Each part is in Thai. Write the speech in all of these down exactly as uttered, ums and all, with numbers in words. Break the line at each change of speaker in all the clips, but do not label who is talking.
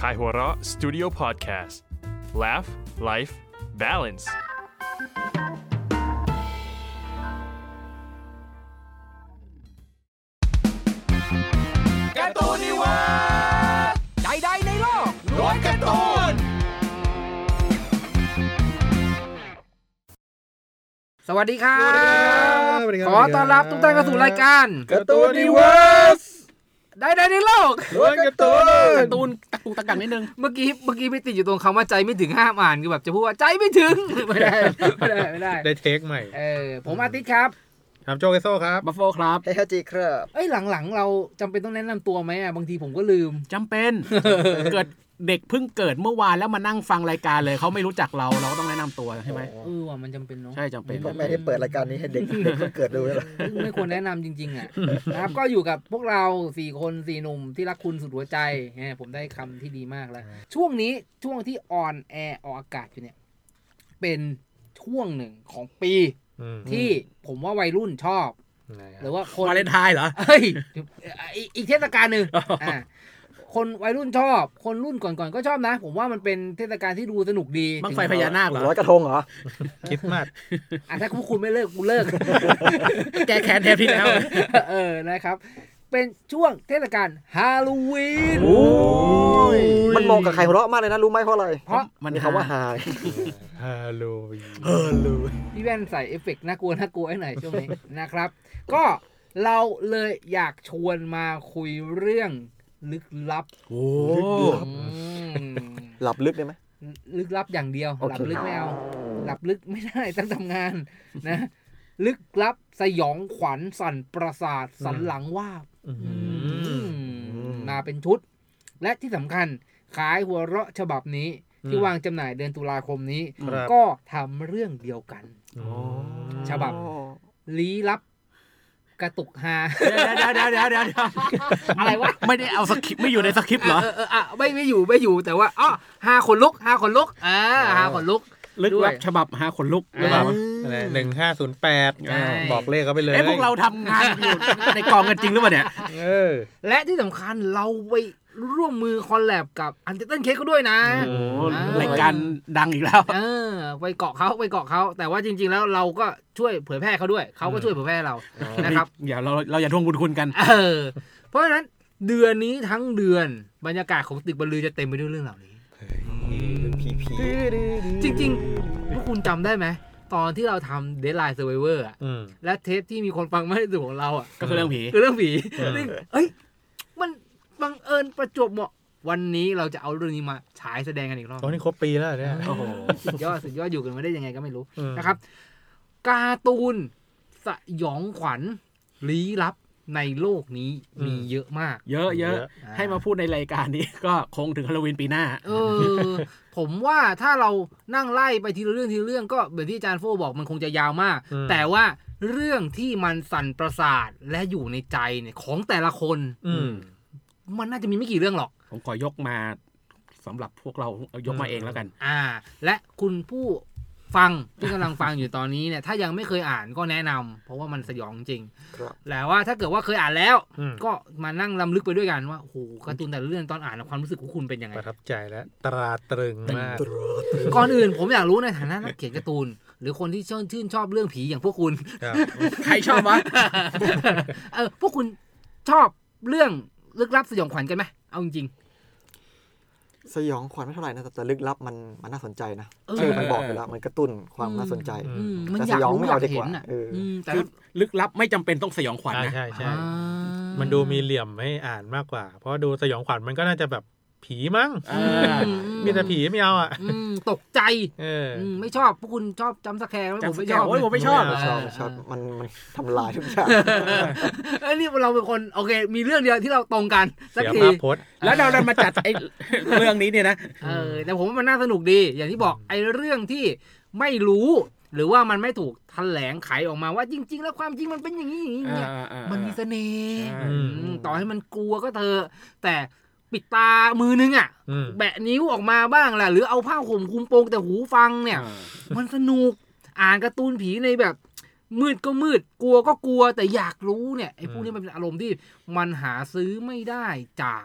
Khai Huara Studio Podcast Laugh Life Balance
การ์ตูนนิเวิร์สใจใดในโลกล้วนการ์ตูนสวัสดีครับขอต้อนรับทุกท่านเข้าสู่รายการ
การ์ตูนนิเวิร์ส
ได้ได้ในโลก
ล้วนการ์ตูน
การ์ตูนตะกุกตะกักนิดนึงเมื่อกี้เมื่อกี้ไม่ติดอยู่ตรงคำว่าใจไม่ถึงห้ามอ่านคือแบบจะพูดว่าใจไม่ถึงไม่ได้ไม่ได้ไม่ได้
ได้เทคใหม่
เออผมอาทิตย์ครับ
ครับโจเกโซ่ครับ
บัฟโฟครับ
เฮฮาจิครับ
เอ้ยหลังๆเราจำเป็นต้องแนะนำตัวไหมอ่ะบางทีผมก็ลืม
จำเป็นเกิดเด็กเพิ่งเกิดเมื่อวานแล้วมานั่งฟังรายการเลยเขาไม่รู้จักเราเราก็ต้องแนะนำตัวใช่ไหม
เออว่ามันจำเป็นเนาะ
ใช่จำเป็น
ไม่ได้เปิดรายการนี้ให้เด็กเพิ่งเกิดดูเลย
ไม่ควรแนะนำจริงๆอ่ะนะครับก็อยู่กับพวกเราสี่คนสี่หนุ่มที่รักคุณสุดหัวใจเนี่ยผมได้คำที่ดีมากแล้วช่วงนี้ช่วงที่ออนแอร์ออกอากาศอยู่เนี่ยเป็นช่วงหนึ่งของปีที่ผมว่าวัยรุ่นชอบหรือว่าคน
วาเลนไทน์เหรอ
เฮ้ยอีกเทศกาลนึงอ่าคนวัยรุ่นชอบคนรุ่นก่อนๆก็ชอบนะผมว่ามันเป็นเทศกาลที่ดูสนุกดี
บั้งไฟพญานาคเหรอ
ร้อยกระทงเหรอ
คิดมาก
อ่ะถ้าพวกคุณไม่เลิกกูเลิก
แกแค้นเทปที่แล้ว
เออนะครับเป็นช่วงเทศกาลฮาโลวีน
มันเหมาะกับไข่หัวเราะมากเลยนะรู้ไหมเพราะอะไร
เพราะ
มันมีคำว่าฮา
ฮาโลวีน
ฮาโลวีน
พี่แว่นใส่เอฟเฟกต์น่ากลัวน่ากลัวให้หน่อยช่วงนี้นะครับก็เราเลยอยากชวนมาคุยเรื่องลึกลับ
โอ้
หลับลึกได้ไหม
ลึกลับอย่างเดียวหลับลึกไม่เอาหลับลึกไม่ได้ต้องทำงานนะลึกลับสยองขวัญสั่นประสาทสันหลังวาบมาเป็นชุดและที่สำคัญขายหัวเราะฉบับนี้ที่วางจำหน่ายเดือนตุลาคมนี้ก็ทำเรื่องเดียวกันฉบับลี้ลับกระตุกฮา
เดี๋ยวเดี๋ยวเดี๋ยวเดี๋ยว
อะไรวะ
ไม่ได้เอาสคริปต์ไม่อยู่ในสคริปต์เหรอ
เออเออไม่ไม่อยู่ไม่อยู่แต่ว่าอ๋อฮาขนลุกฮาขนลุกอ่าฮาขนลุก
ลึกลับฉบับฮาขนลุกหรือเปล่า
อะไรหนึ่งห้าศูนย์แปดบอกเลขเขาไปเลย
เอ้พวกเราทำงานอยู่ในกองกันจริงหรือเปล่าเนี่ย
เออ
และที่สำคัญเราไปร่วมมือคอลแลบกับอันเดอร์ตันเค้กเขาด้วยนะ
รายการดังอีกแล้ว
เออไปเกาะเขาไปเกาะเขาแต่ว่าจริงๆแล้วเราก็ช่วยเผยแพร่เขาด้วยเขาก็ช่วยเผยแพร่เรานะครับ
อย่าเราเราอย่าทวงบุญคุณกัน
เออเพราะฉะนั้นเดือนนี้ทั้งเดือนบรรยากาศของตึกบรรลือจะเต็มไปด้วยเรื่องเหล่านี้
ผี
ๆจริงๆพวกคุณจำได้ไหมตอนที่เราทำ Deadline Survivor อ่ะและเทปที่มีคนฟังมากที่สุดของเราอ่ะ
ก็คือเรื่องผี
คือเรื่องผีเอ้ยมันบังเอิญประจวบเหมาะวันนี้เราจะเอาเรื่องนี้มาฉายแสดงกันอีกรอบ
ตอนนี้ครบปีแล้วเนี่ย
โอ้โหสุดยอดสุดยอดอยู่กันมาได้ยังไงก็ไม่รู้นะครับการ์ตูนสยองขวัญลี้ลับในโลกนี้มีเยอะมาก
เยอะเยอะให้มาพูดในรายการนี้ก็คงถึงฮาโลวีนปีหน้า
เออผมว่าถ้าเรานั่งไล่ไปทีละเรื่องทีละเรื่องก็แบบที่อาจารย์โฟบอกมันคงจะยาวมากแต่ว่าเรื่องที่มันสั่นประสาทและอยู่ในใจเนี่ยของแต่ละคนมันน่าจะมีไม่กี่เรื่องหรอก
ผมขอยกมาสำหรับพวกเราเอายกมาเองแล้วกัน
อ่าและคุณผู้ฟังที่กำลังฟังอยู่ตอนนี้เนี่ยถ้ายังไม่เคยอ่านก็แนะนำเพราะว่ามันสยองจริงแล้วว่าถ้าเกิดว่าเคยอ่านแล้วก็มานั่งรำลึกไปด้วยกันว่าโอ้โหการ์ตูนแต่ละเรื่องตอนอ่านความรู้สึกของคุณเป็นยังไง
ประทับใจและตราตรึงมาก
ก่อนอื่นผมอยากรู้ในฐานะนักเขียนการ์ตูนหรือคนที่ชื่นชอบเรื่องผีอย่างพวกคุณ
ใครชอบวะ
เออพวกคุณชอบเรื่องลึกลับสยองขวัญกันไหมเอาจริง
สยองขวัญไม่เท่าไหร่นะแต่ลึกลับมันมันน่าสนใจนะชื่อมันบอกไปแล้วมันกระตุ้นความน่าสนใจ
แต่สยองไม่เอาดีกว่า
แต่ลึกลับไม่จำเป็นต้องสยองขวัญนะ
ใช่ใช่มันดูมีเหลี่ยมให้อ่านมากกว่าเพราะดูสยองขวัญมันก็น่าจะแบบผีมั้งมีแต่ผีไม่เอาอ่ะ
ตกใจไม่ชอบพวกคุณชอบจำสแคร์ไหมผมไม่ชอบ
ผมไม่ชอบ
ชอบชอบมันมันทำลายทุกอย่าง
ไอ้นี่เราเป็นคนโอเคมีเรื่องเดียวที่เราตรงกัน
สักที
แล้วเราดันมาจัดไอ้เรื่องนี้เนี่ยนะ
เออแต่ผมว่ามันน่าสนุกดีอย่างที่บอกไอ้เรื่องที่ไม่รู้หรือว่ามันไม่ถูกแถลงไขออกมาว่าจริงๆแล้วความจริงมันเป็นอย่างนี้อย่างนี้เนี่ยมันมีเสน่ห์ต่อให้มันกลัวก็เถอะแต่ปิดตามือนึงอ่ะแบะนิ้วออกมาบ้างแหละหรือเอาผ้าห่มคลุมโปงแต่หูฟังเนี่ยมันสนุกอ่านการ์ตูนผีในแบบมืดก็มืดกลัวก็กลัวแต่อยากรู้เนี่ยไอ้พวกนี้มันเป็นอารมณ์ที่มันหาซื้อไม่ได้จาก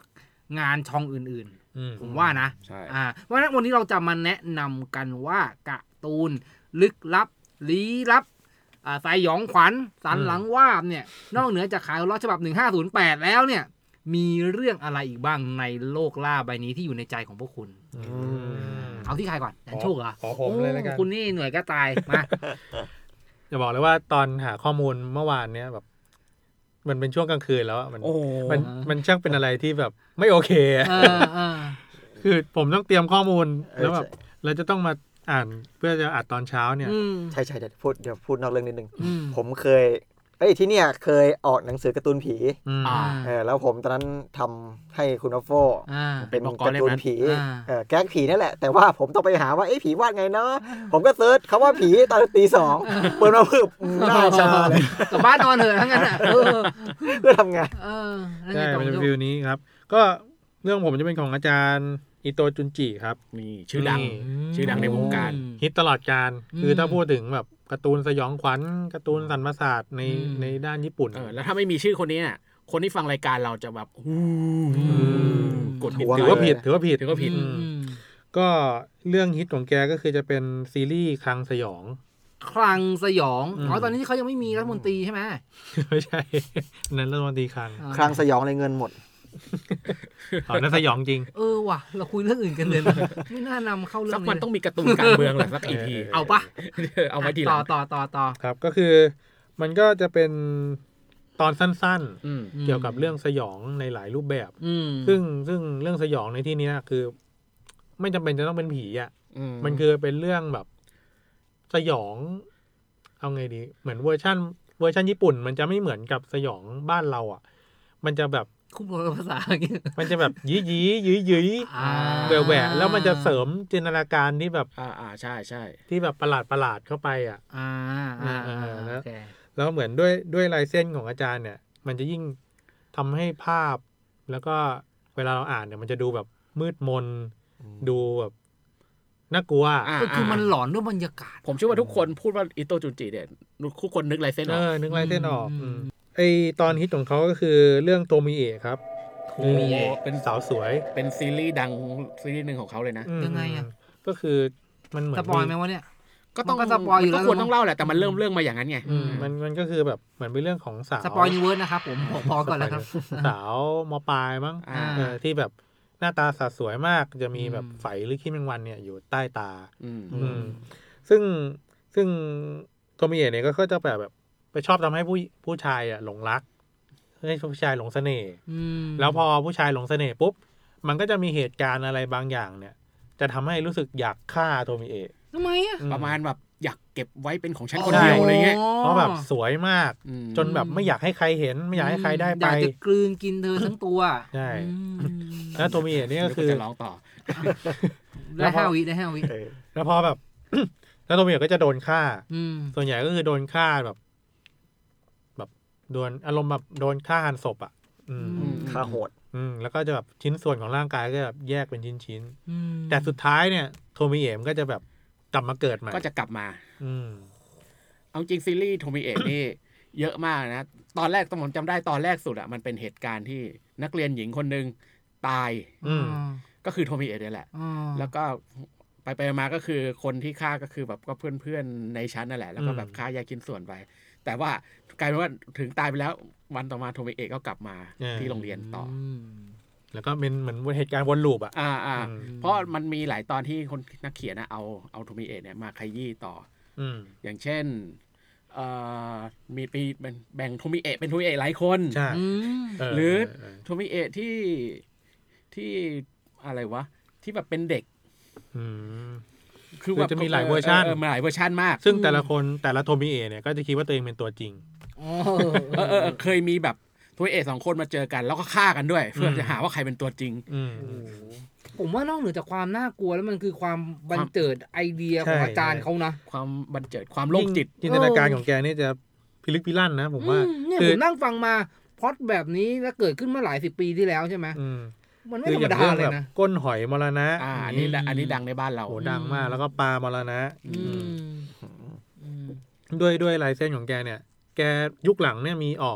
งานช่องอื่น
อืม
ๆผมว่านะ
ใช่
อ่าเพราะฉะนั้นวันนี้เราจะมาแนะนำกันว่าการ์ตูนลึกลับลี้ลับอ่าสยองขวัญสันหลังวาบเนี่ยนอกเหนือจากขายล้อฉบับหนึ่งห้าศูนย์แปดแล้วเนี่ยมีเรื่องอะไรอีกบ้างในโลกล่าใบนี้ที่อยู่ในใจของพวกคุณ
อืม
เอาที่ใครก่อนแดนโชคเหรอ
ขอผมเลยแล้วกัน
โอ้คุณนี่เหนื่อยก็ตายมา
จะบอกเลยว่าตอนหาข้อมูลเมื่อวานเนี้ยแบบ มันเป็นช่วงกลางคืนแล้วอะมัน
โอ้
มันมันช่างเป็นอะไรที่แบบไม่โอเคอะ
เออเออ
คือผมต้องเตรียมข้อมูล
เออ
แล้วแบบ
ใช่
เราจะต้องมาอ่านเพื่อจะอัดตอนเช้าเนี่ย
อืม
ใช่ใช่เดี๋ยวพูดเดี๋ยวพูดนอกเรื่องนิดนึง
อืม
ผมเคยเอ้ยที่เนี่ยเคยออกหนังสือการ์ตูนผี
อืม
อ่า
เออแล้วผมตอนนั้นทำให้คุณอัฟโฟ
อ่า
เป็น
บอกก่อน
การ์ตูน
เล่มนั้น
ผี
อ่า
เออแก๊กผีนั่นแหละแต่ว่าผมต้องไปหาว่าเอ้ผีวาดไงเนาะผมก็เซิร์ชคำว่าผีตอนตีสองเปิดมาพึบหน้าชาเลย
กลับบ้านนอนเถอะทั้งนั้นอ่ะเออ
เพื่อทำงาน
เออแล้ว
ใช่
ไงต่อ
เป็น
โย
ฟิวนี้ครับ ก็เรื่องผมจะเป็นของอาจารย์อิโตจุนจิครับ
นี่ชื่อดัง
นี่
ชื่อดังในวงการ
ฮิตตลอดการ
อืม
คือถ้าพูดถึงแบบการ์ตูนสยองขวัญการ์ตูนสันประสาทใน
อืม
ในด้านญี่ปุ่น
เออแล้วถ้าไม่มีชื่อคนนี้เนี่ยคนที่ฟังรายการเราจะแบบฮู้
ม
กดผิด
หัว
ถือว่าผิดถือว่าผิด
ถือว่าผิด
อืม
อืม
ก็เรื่องฮิตของแกก็คือจะเป็นซีรีส์คลังสยอง
คลังสยอง
อืม
อ๋อตอนนี้เขายังไม่มีรัฐมนตรีใช่ไหม
ไม่ใช่ นั่นรัฐมนตรีคลัง
ครั้งสยองเลยเงินหมด
อ๋อนั่นสยองจริง
เออว่ะเราคุยเรื่องอื่นกันเลยนะไม่น่านำเข้าเรื่
สั
อก ง
วัน
นี้
ต้องมีการ์ตูนการเมืองแหละสักอีพี
เอาปะ
เอาไว้ทีหลั
ต่อง ต่อต่อต่อ
ครับก็คือมันก็จะเป็นตอนสั้น
อืม
ๆ เกี่ยวกับเรื่องสยองในหลายรูปแบบ
อืม
ซึ่งซึ่งเรื่องสยองในที่เนี้ยคือ ไม่จำเป็นจะต้องเป็นผีอ่ะ
อื
มันคือเป็นเรื่องแบบสยอง เอาไงดี เหมือนเวอร์ชันเวอร์ชันญี่ปุ่น มันจะไม่เหมือนกับสยองบ้านเราอ่ะ มันจะแบบ
คุ้มกับภาษาอย่างเงี้ย
มันจะแบบยี้ยี้ยื้อยื้อ
อ่า
แหวะแหวะแล้วมันจะเสริมจินตนาการที่แบบ
อ่าอ่าใช่ใช่
ที่แบบประหลาดประหลาดเข้าไปอ่ะ
อ่าอ่าอ่า
เออแล้ว
โอเค
แล้วเหมือนด้วยด้วยลายเส้นของอาจารย์เนี่ย มันจะยิ่งทำให้ภาพ แล้วก็เวลาเราอ่านเนี่ย มันจะดูแบบมืดมน ดูแบบน่ากลัว
อ่า
ก็คือมันหลอนด้วยบรรยากาศ
ผมเชื่อว่าทุกคนพูดว่าอิโตจุนจิเนี่ยทุกคนนึกลายเส้นอ
เอ
อก
อนึกลายเส้นออก
อืม
อืมไอตอนฮิตของเขาก็คือเรื่องโทมิเอะครับ
โทมิเอะ
เป็นสาวสวย
เป็นซีรีส์ดังซีรีส์หนึ่งของเขาเลยนะ
อืม
ยังไงอะ
ก็คือมันเหมือน
สปอยไหมวะเนี่ย
ก็ต้อง
มันก็สปอยอยู่แล้ว
มันก็ควรต้องเล่าแหละแต่มันเริ่มเรื่องมาอย่างนั้นไง
อืมมันมันก็คือแบบเหมือนเป็นเรื่องของสาว
สปอยนิเวิร์สนะครับผมขอพอก่อนแล้วครับ
สาวมปลายมั้ง
อ่า
เออที่แบบหน้าตาสดสวยมากจะมีแบบ
อืม
ไฝหรือขี้แมงวันเนี่ยอยู่ใต้ตา
อืม
อืมซึ่งซึ่งโทมิเอะเนี่ยก็จะแบบแบบไปชอบทำให้ผู้ผู้ชายอ่ะหลงรักให้ผู้ชายหลงเสน่ห์
อืม
แล้วพอผู้ชายหลงเสน่ห์ปุ๊บมันก็จะมีเหตุการณ์อะไรบางอย่างเนี่ย จะทำให้รู้สึกอยากฆ่าโทมิเอะ
ทำไมอะ
อื
ประมาณแบบอยากเก็บไว้เป็นของฉัน
อ๋อ
คนเดียวอะไรเงี้ย
เพราะแบบสวยมาก
อืม
จนแบบไม่อยากให้ใครเห็น ไม่อยากให้ใครได้
อ
ไป
ยากจะกลืนกินเธอทั้งตัว
ใช่
อืม
แล้วโทมิเอะนี่ก็
นึ
คือ
ว่าจะร้องต่อ
ได้ห้าวิได้ห้าวิ
เออ
แล้วพอแบบ แล้วโทมิเอะก็จะโดนฆ่า
อืม
ส่วนใหญ่ก็คือโดนฆ่าแบบ แบบโดนอารมณ์แบบโดนฆ่าหันศพอ่ะ อืม
อืม
ค่าโหด
อืมแล้วก็จะแบบชิ้นส่วนของร่างกายก็แบบแยกเป็นชิ้น
อืม
ๆแต่สุดท้ายเนี่ยโทมิเอะมันก็จะแบบกลับมาเกิดใหม่
ก็จะกลับมา
อืม
เอาจริงซีรีส์โทมิเอะนี่ เยอะมากนะ ตอนแรกต้องผมจำได้ตอนแรกสุดอะมันเป็นเหตุการณ์ที่นักเรียนหญิงคนหนึ่งตาย
อืม
ก็คือโทมิเอะเนี่ยแหละ
อ่า
แล้วก็ไปไปมาก็คือคนที่ฆ่าก็คือแบบก็เพื่อนเพื่อนๆในชั้นนั่นแหละ แล้วก็แบบฆ่าแยกชิ้นส่วนไป แต่ว่ากลายเป็นว่าถึงตายไปแล้ววันต่อมาโทมิเอะก็กลับมา
เออ
ที่โรงเรียนต่อ
ม
แล้วก็เป็นเหมือนเหตุการณ์วนลูปอ่ะ
อ่าอ่า
อืม
เพราะมันมีหลายตอนที่คนนักเขียนนะเอาเอาโทมิเอะเนี่ยมาขยี้ต่อ
อืม
อย่างเช่นเอ่อมีปีแบ่งโทมิเอะเป็นโทมิเอะหลายคน
ใช่
อืม
เห
รือ
เ
โทมิเอะที่ที่อะไรวะ ที่แบบเป็นเด็ก
อืม
คือ
คือ
แบบ
จะมีหลายเวอร์ชัน
เออมีหลายเวอร์ชันมาก
ซึ่งแต่ละคนแต่ละโทมิเอะเนี่ยก็จะคิดว่าตัวเองเป็นตัวจริง
อ๋อ
เออเออเออเคยมีแบบโทมิเอะสองคนมาเจอกัน แล้วก็ฆ่ากันด้วย เพื่อ
ม
จะหาว่าใครเป็นตัวจริง
อืม
ผมว่านอกเหนือจากความน่ากลัวแล้วมันคือความบันเจิดไอเดียของ
ใช่
อาจารย์เขานะ
ความบันเจิดความโรคจิต
จินตนาการของแกนี่จะพิลึกพิลั่นนะผมว่า
อืมเนี่ย
คื
ผ
อ
มนั่งฟังมาพล็อตแบบนี้แล้วเกิดขึ้นเมื่อหลายสิบปีที่แล้วใช่ไหม
อืม
มันไม่
คือ
ธร
อ
รม
ย่าง
ดา
เรื่อง
เลย
แบบ
นะ
ก้นหอยมรณะ
อ่าอันนี้อันนี้ดังในบ้านเรา
โหดังมากแล้วก็ปลามรณะ
อืมอืม
ด้วยด้วยลายเส้นของแกเนี่ย แกยุคหลังเนี่ยมีออก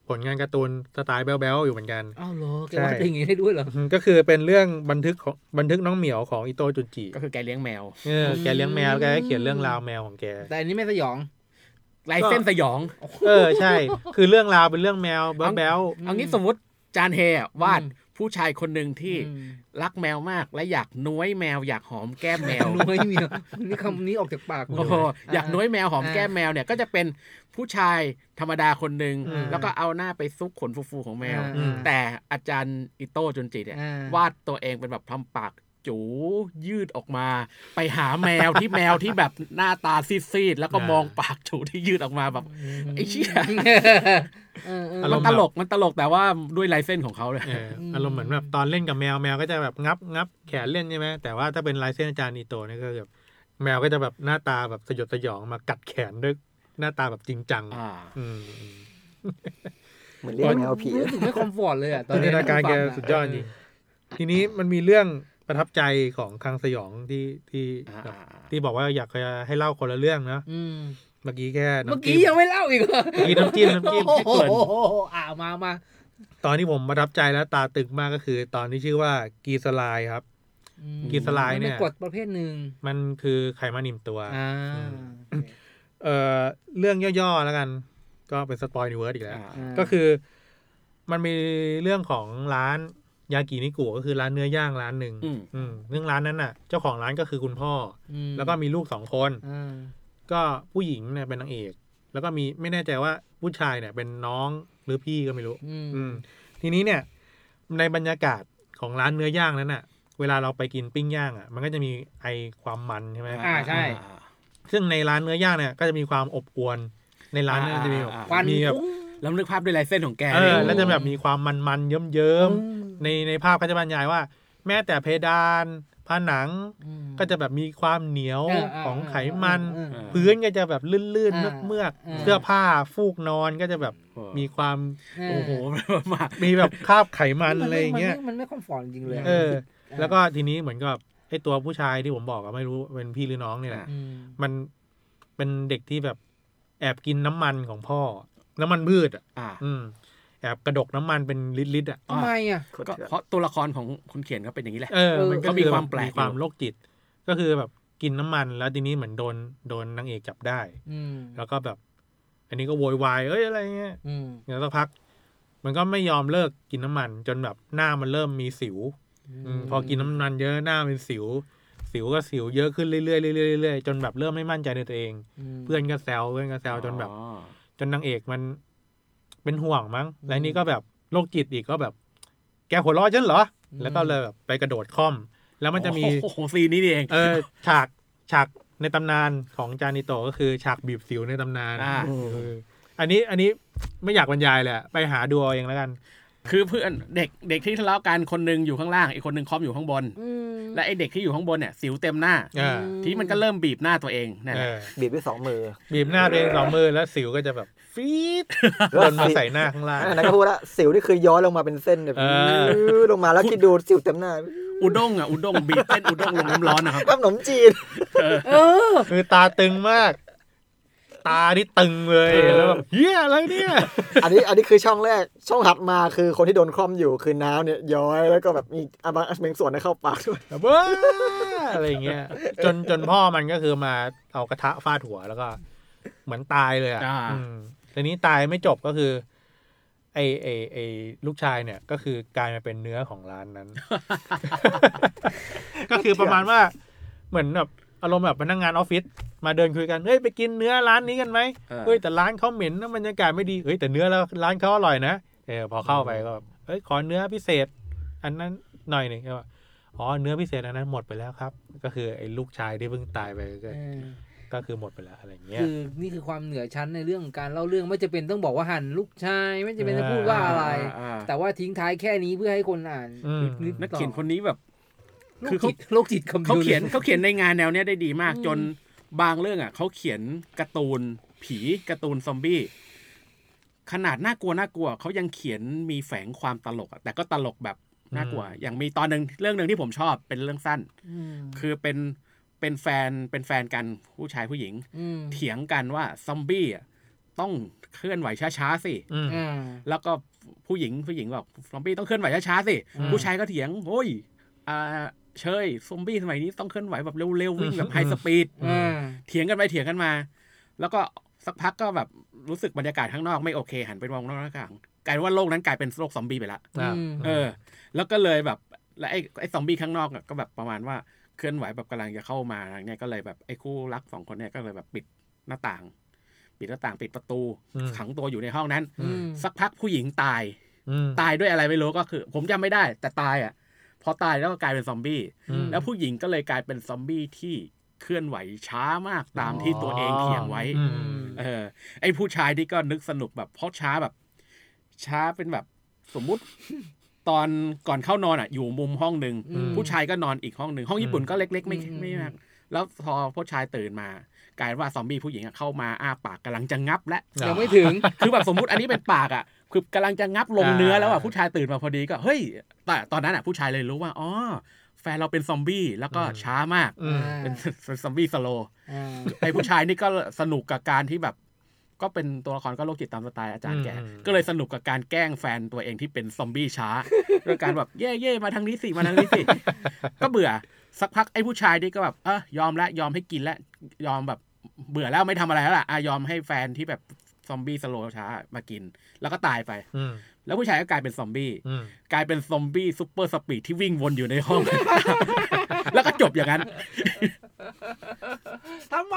ผลงานการ์ตูนสไตล์แบ๊วๆอยู่เหมือนกัน
อ้าวเหรอแกวาดอย่างงี้ได้ด้วยเหรอ
ก็คือเป็นเรื่องบันทึกของบันทึกน้องเหมียวของอิโตะจุนจิ
ก็คือแกเลี้ยงแมว
เออแกเลี้ยงแมวแกก็เขียนเรื่องราวแมวของแก
แต่อันนี้ไม่สยอง
ลายเส้นสยอง
เออใช่ คือเรื่องราวเป็นเรื่องแมวแบ๊ว
เอางี้สมมติจานเฮอะวาดผู้ชายคนหนึ่งที่รักแมวมากและอยากน้วยแมวอยากหอมแก้มแมว
น้อยมีนี่คำนี้ออกจากปาก
โอ้โหอยากน้วยแมวหอมแก้มแมวเนี่ยก็จะเป็นผู้ชายธรรมดาคนหนึ่งแล้วก็เอาหน้าไปซุกขนฟูๆของแมวแต่อาจารย์อิโต้จุนจิเนี่ยวาดตัวเองเป็นแบบทำปากจูยืดออกมาไปหาแมวที่แมวที่แบบหน้าตาซีดๆแล้วก็มองปากจูที่ยืดออกมาแบบไอ้เชี่ยมันตลกมันตลกแต่ว่าด้วยลายเส้นของเขาเลย
ๆเอออารมณ์เหมือนแบบตอนเล่นกับแมวแมวก็จะแบบงับงับแขนเล่นใช่ไหมแต่ว่าถ้าเป็นลายเส้นอาจารย์อิโตะนี่ก็แบบแมวก็จะแบบหน้าตาแบบสยดสยองมากัดแขนด้วยหน้าตาแบบจริงจัง
อ่า
อืม
เหมือนเลี้ยงแมวผี
รู้สึกไม่คอมฟอร์ตเลยอ่ะตอน
จิน
นี้
ตนาการแกสุดยอดจริงทีนี้มันมีเรื่องประทับใจของคังสยองที่ที่แบบที่บอกว่าอยากจะให้เล่าคนละเรื่องนะ
อืม
เมื่อกี้แค่
เมื่อ
น้ำ
กี้
จิ้ม
ยังไม่เล่าอีกเหรอ
เมื่อกี้น้ำจิ้มน้ำจิ้ม
โอ้
ที่
โห
เปิด
อ่ามามา
ตอนที่ผมประทับใจและตาตึงมากก็คือ ตอนที่ชื่อว่ากีสไลด์ครับ
อืม
กีสไลด์เนี่ย
มัป็กฎประเภทหนึ่ง
มันคือไขมันอิ่มตัว
อ่า
เอ่อเรื่องย่อๆแล้วกัน ก็เป็นสปอยนิเวิร์สอีกแล้ว
อ่า
ก็คือมันมีเรื่องของร้านยากินิกุก็คือร้านเนื้อย่างร้านหนึ่ง
อืม
อืมเรื่องร้านนั้นน่ะ เจ้าของร้านก็คือคุณพ่อ
อืม
แล้วก็มีลูกสองคน
อ่า
ก็ผู้หญิงเนี่ยเป็นนางเอก แล้วก็มีไม่แน่ใจว่าผู้ชายเนี่ยเป็นน้องหรือพี่ก็ไม่รู้
อืม
อืมทีนี้เนี่ยในบรรยากาศของร้านเนื้อย่างนั้นน่ะ เวลาเราไปกินปิ้งย่างอ่ะมันก็จะมีไอความมันใช่ไหม
อ่าใช่
ซึ่งในร้านเนื้อย่างเนี่ยก็จะมีความอบอวลในร้านเนี่ยจะมีแบบ
ควัน
มีแบบ
ฟุ้ง
แล้วนึกภาพด้วยลายเส้นของแก
เอ
เนี่
อย แล้วจะแบบมีความมันๆเยิ้มๆในในภาพก็จะบรรยายว่า แม้แต่เพดานผนัง
อืม
ก็จะแบบมีความเหนียว
เออเออ
ของไขมัน
เออเออ
พื้นก็จะแบบลื่น
อ่า
ๆเมือก
อ่า
ๆเสื้อผ้าฟูกนอนก็จะแบบมีความ
เ
โอ้โหมา
มีแบบคราบไขมันอะไรอย่างเงี้ย
มันไม่คอมฟอร์ตจริงๆเลย
เออ แล้วก็ทีนี้เหมือนกับไอ้ตัวผู้ชายที่ผมบอกอะไม่รู้เป็นพี่หรือน้องเนี่ยแหละ
อืม
มันเป็นเด็กที่แบบแอบกินน้ำมันของพ่อ น้ำมันพืชอ่ะ
อ่า
อืมแอบกระดกน้ำมันเป็นลิตรๆอ่ะ
ทำไมอ่ะ
ก็เพราะตัวละครของคนเขียนเขาเป็นอย่างนี้แหละ
เออมันก็
เขามีความแปลก
มีความโรคจิต ก็คือแบบกินน้ำมันแล้วทีนี้เหมือนโดนโดนนางเอกจับได้
อืม
แล้วก็แบบ อันนี้ก็โวยวายเอ้ยอะไรเงี้ย
อืม
แล้วสักพัก มันก็ไม่ยอมเลิกกินน้ำมัน จนแบบหน้ามันเริ่มมีสิวอืมพอกินน้ำมันเยอะหน้าเป็นสิว สิวก็สิวเยอะขึ้นเรื่อยๆเรื่อยๆเรื่อยๆจนแบบเริ่มไม่มั่นใจในตัวเอง เพื่อนก็แซวเพื่อนก็แซวจนแบบ
อ๋อ
จนนางเอกมันเป็นห่วงมั้ง แล้วนี่ก็แบบโรคจิตอีกก็แบบ แกหัวเราะฉันเหรอ แล้วก็เลยแบบไปกระโดดค่อม แล้วมันจะมี
โอ้โหซีนนี้นี่เอง
เออฉากฉากในตำนานของจานิโตะก็คือฉากบีบสิวในตำนาน
อ่า
เอออันนี้อันนี้ไม่อยากบรรยายเลยอะไปหาดูเอาเองแล้วกัน
คือเพื่อนเด็กเด็กที่ทะเลาะกันคนหนึงอยู่ข้างล่างอีกคนหนึงคอมอยู่ข้างบน
อืม
และไอเด็กที่อยู่ข้างบนเนี่ยสิวเต็มหน้า
อ่า
ทีนี้มันก็เริ่มบีบหน้าตัวเองนั่น
เอ
แหละ
อ
บีบด้วยสองมือ
บีบหน้าตัวเองสองมือแล้วสิวก็จะแบบฟีดโดนมาใส่หน้าข้างล่าง
อันนั้นก็พูดละสิวนี่คือย้อยลงมาเป็นเส้นแบบ
เออ
ลงมาแล้วคิดดูสิวเต็มหน้า
อุด้งอ่ะอุด้งบีบเส้นอุด้งลงน้ำร้อนนะครับ
ขนมจีน
เออ
คือตาตึงมาก ตาที่ตึงเลยแล้วแบบเฮียอะไรเนี่ย
อันนี้อันนี้คือช่องแรกช่องถัดมาคือคนที่โดนคล่อมอยู่คือน้ำเนี่ยย้อยแล้วก็แบบมีอาบางบางส่วนได้เข้าปากด้วย
แบบว้าอะไรอย่างเงี้ยจนจนพ่อมันก็คือมาเอากระทะฟาดหัวแล้วก็เหมือนตายเลยอ่ะ
อ่า
อืมทีนี้ตายไม่จบก็คือ ไอไอไอลูกชายเนี่ย ก็คือกลายมาเป็นเนื้อของร้านนั้น ก็คือประมาณว่าเหมือนแบบอารมณ์แบบพนักงานออฟฟิศมาเดินคุยกันเฮ้ยไปกินเนื้อร้านนี้กันไหม
เออ
เฮ้ยแต่ร้านเขาเหม็นนะบรรยากาศไม่ดีเฮ้ยแต่เนื้อแล้วร้านเขาอร่อยนะเออพอเข้าไปก็แบบเฮ้ยขอเนื้อพิเศษ อันนั้นหน่อยหนึ่งก็ว่าอ๋อเนื้อพิเศษอันนั้นหมดไปแล้วครับ ก็คือไอ้ลูกชายที่เพิ่งตายไปก็
เออ
ก็คือหมดไปแล้วอะไรอย่างเงี้ย
คือนี่คือความเหนือชั้นในเรื่องของการเล่าเรื่องไม่จะเป็นต้องบอกว่าหันลูกชายไม่จะเป็นต้องพูดว่าอะไร
อ่า
แต่ว่าทิ้งท้ายแค่นี้เพื่อให้คนอ่าน
อืม
นึก
นัก
ต่อ
เขียนคนนี้แบบ
โร
คื
ค
อเขา
จิตโรคจิตคอมพิว
เขาเขียนเขาเขียนในงานแนวเนี้ยได้ดีมาก
อืม
จนบางเรื่องอ่ะเขาเขียนการ์ตูนผีการ์ตูนซอมบี้ขนาดน่ากลัวน่ากลัวเขายังเขียนมีแฝงความตลกอะแต่ก็ตลกแบบน่ากลัว อย่างมีตอนหนึ่งเรื่องหนึ่งที่ผมชอบเป็นเรื่องสั้น
อืม
คือเป็นเป็นแฟนเป็นแฟนกันผู้ชายผู้หญิง
อืม
เถียงกันว่าซอมบี้อ่ะต้องเคลื่อนไหวช้าๆสิ
อืม
อ่า
แล้วก็ผู้หญิงผู้หญิงบอกซอมบี้ต้องเคลื่อนไหวช้าๆสิผู้ชายก็เถียงโอ้ยอ่าเชยซอมบี้สมัยนี้ต้องเคลื่อนไหวแบบเร็วๆวิ่งแบบไฮสปีด
อ่า
เถียงกันไปเถียงกันมาแล้วก็สักพักก็แบบรู้สึกบรรยากาศข้างนอกไม่โอเคหันไปมองนอกหน้าต่างกลายว่าโลกนั้นกลายเป็นโลกซอมบี้ไปละ
อ่า
เออแล้วก็เลยแบบแล้วไอ้ไอ้ซอมบี้ข้างนอกก็แบบประมาณว่าเคลื่อนไหวแบบกำลังจะเข้ามาอะไรเนี่ยก็เลยแบบไอ้คู่รักสองคนเนี่ยก็เลยแบบปิดหน้าต่างปิดหน้าต่างปิดประตูขังตัวอยู่ในห้องนั้นสักพักผู้หญิงตายตายด้วยอะไรไม่รู้ก็คือผมจำไม่ได้แต่ตายอ่ะพอตายแล้วก็กลายเป็นซอมบี้แล้วผู้หญิงก็เลยกลายเป็นซอมบี้ที่เคลื่อนไหวช้ามากตามที่ตัวเองเถียงไว้เออไอ้ผู้ชายที่ก็นึกสนุกแบบเพราะช้าแบบช้าเป็นแบบสมมุติตอนก่อนเข้านอนอ่ะอยู่มุมห้องนึงผู้ชายก็นอนอีกห้องนึงห้องญี่ปุ่นก็เล็กๆไม่ไม่มากแล้วพอผู้ชายตื่นมากลายว่าซอมบี้ผู้หญิงเข้ามาอ้าปากกำลังจะงับและ
ยังไม่ถึง
คือแบบสมมุติอันนี้เป็นปากอ่ะคือกำลังจะงับลงเนื้อแล้วอ่ะผู้ชายตื่นมาพอดีก็เฮ้ยแต่ตอนนั้นอ่ะผู้ชายเลยรู้ว่าอ๋อแฟนเราเป็นซอมบี้แล้วก็ช้ามากเป็นซอมบี้สโลว์ไอ้ผู้ชายนี่ก็สนุกกับการที่แบบก็เป็นตัวละครก็โรคจิตตามสไตล์อาจารย์แกก็เลยสนุกกับการแกล้งแฟนตัวเองที่เป็นซอมบี้ช้าด้วยการแบบเย่เย่มาทางนี้สิมาทางนี้สิก็เบื่อสักพักไอ้ผู้ชายนี่ก็แบบเออยอมแล้วยอมให้กินแล้วยอมแบบเบื่อแล้วไม่ทำอะไรแล้วล่ะยอมให้แฟนที่แบบซอมบี้สโลว์ช้ามากินแล้วก็ตายไปแล้วผู้ชายก็กลายเป็นซอมบี้กลายเป็นซอมบี้ซุปเปอร์สปีดที่วิ่งวนอยู่ในห้อง แล้วก็จบอย่างนั้น
ทำไม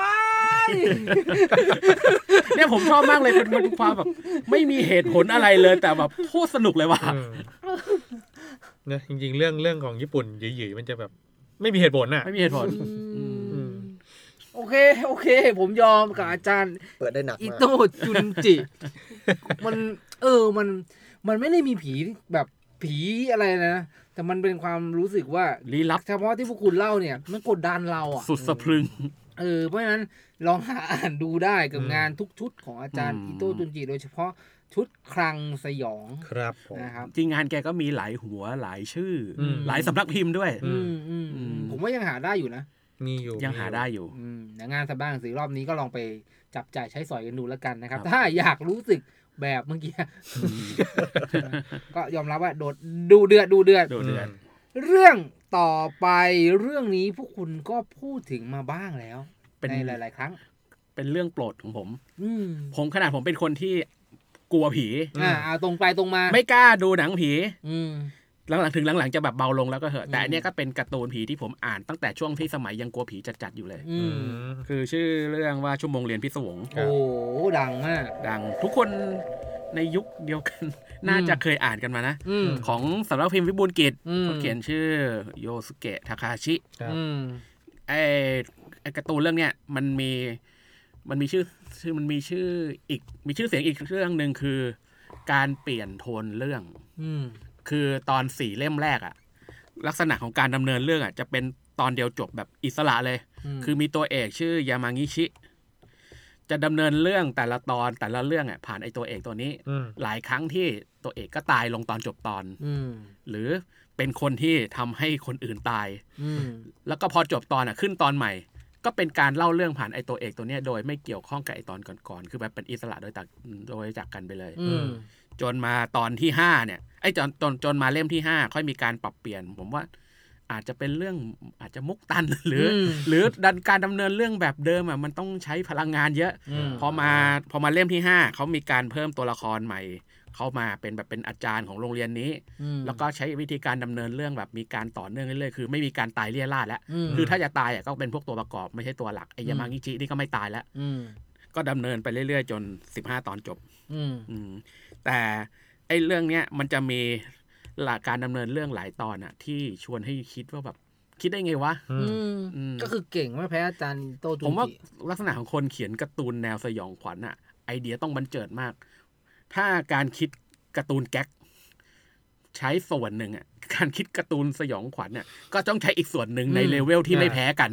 เนี่ยผมชอบมากเลยเป็นมันความแบบไม่มีเหตุผลอะไรเลยแต่แบบโคตรสนุกเลยว่ะ
เนี่ยจริงๆเรื่องเรื่องของญี่ปุ่นหยิ่ๆมันจะแบบไม่มีเหตุผลน่ะ
ไม่มีเหตุผล
โอเคโอเคผมยอมกับอาจารย์
เปิดได้หนักมาก
อิโตะจุนจิมันเออมันมันไม่ได้มีผีแบบผีอะไรนะแต่มันเป็นความรู้สึกว่า
ลี้ลับ
เฉพาะที่พวกคุณเล่าเนี่ยมันกดดันเราอ่ะ
สุดสะพรึง
เออเพราะฉะนั้นลองหาอ่านดูได้กับงานทุกชุดของอาจารย์อิโตะจุนจิโดยเฉพาะชุดคลังสยอง
ครับ
นะครับ
จริงงานแกก็มีหลายหัวหลายชื่อหลายสำนักพิมพ์ด้วย
ผมว่ายังหาได้อยู่นะ
มีอยู่
ยังหาได้อยู่
งานสัปดาห์หนังสือรอบนี้ก็ลองไปจับจ่ายใช้สอยกันดูแล้วกันนะครับถ้าอยากรู้สึกแบบเมื่อกี้ก็ยอมรับว่าโดดดูเดือดดูเดือดเรื่องต่อไปเรื่องนี้พวกคุณก็พูดถึงมาบ้างแล้วในหลายๆครั้ง
เป็นเรื่องโปรดของผมผมขนาดผมเป็นคนที่กลัวผี
อ่าเอาตรงไปตรงมา
ไม่กล้าดูหนังผีหลังๆถึงหลังๆจะแบบเบาลงแล้วก็เหอะแต่อันนี้ก็เป็นการ์ตูนผีที่ผมอ่านตั้งแต่ช่วงที่สมัยยังกลัวผีจัดๆอยู่เลยคือชื่อเรื่องว่าชั่วโมงเรียนพิศวง
โอ้ดังมาก
ดังทุกคนในยุคเดียวกันน่าจะเคยอ่านกันมานะของสำนักพิมพ์วิบูลย์กิจเขาเขียนชื่อโยสุเกะทาคาชิไอ้ไอ้การ์ตูนเรื่องเนี้ยมันมีมันมีชื่อชื่อมันมีชื่ออีกมีชื่อเสียงอีกเรื่องนึงคือการเปลี่ยนโทนเรื่องคือตอนสี่เล่มแรกอะลักษณะของการดำเนินเรื่องอะจะเป็นตอนเดียวจบแบบอิสระเลยคือมีตัวเอกชื่อยามางิชิจะดำเนินเรื่องแต่ละตอนแต่ละเรื่องอะผ่านไอตัวเอกตัวนี้หลายครั้งที่ตัวเอกก็ตายลงตอนจบตอนหรือเป็นคนที่ทำให้คนอื่นตายแล้วก็พอจบตอนอะขึ้นตอนใหม่ก็เป็นการเล่าเรื่องผ่านไอตัวเอกตัวนี้โดยไม่เกี่ยวข้องกับไอตอนก่อนๆคือแบบเป็นอิสระโดยจากโดยจากกันไปเลยจนมาตอนที่ห้าเนี่ยไอ้จนจนจนมาเล่มที่ห้าค่อยมีการปรับเปลี่ยนผมว่าอาจจะเป็นเรื่องอาจจะมุกตันหรือหรือดันการดำเนินเรื่องแบบเดิมอ่ะมันต้องใช้พลังงานเยอะพอมาพอมาเล่มที่ห้าเขามีการเพิ่มตัวละครใหม่เข้ามาเป็นแบบเป็นอาจารย์ของโรงเรียนนี้แล้วก็ใช้วิธีการดำเนินเรื่องแบบมีการต่อเนื่องเรื่อยๆคือไม่มีการตายเลี่ยราดแล้วคือถ้าจะตายอ่ะก็เป็นพวกตัวประกอบไม่ใช่ตัวหลักไอ้ยามางิจินี่ก็ไม่ตายแล้วก็ดำเนินไปเรื่อยๆจนสิบห้าตอนจบแต่ไอ้เรื่องเนี้ยมันจะมีหลักการดำเนินเรื่องหลายตอนอะที่ชวนให้คิดว่าแบบคิดได้ไงวะ
ก็คือเก่งไม่แพ้อาจารย์โตจุนจิ
ผมว่าลักษณะของคนเขียนการ์ตูนแนวสยองขวัญอะไอเดียต้องบันเจิดมากถ้าการคิดการ์ตูนแก๊กใช้ส่วนหนึ่งอะการคิดการ์ตูนสยองขวัญเนี่ยก็ต้องใช้อีกส่วนหนึ่งในเลเวลที่ไม่แพ้กัน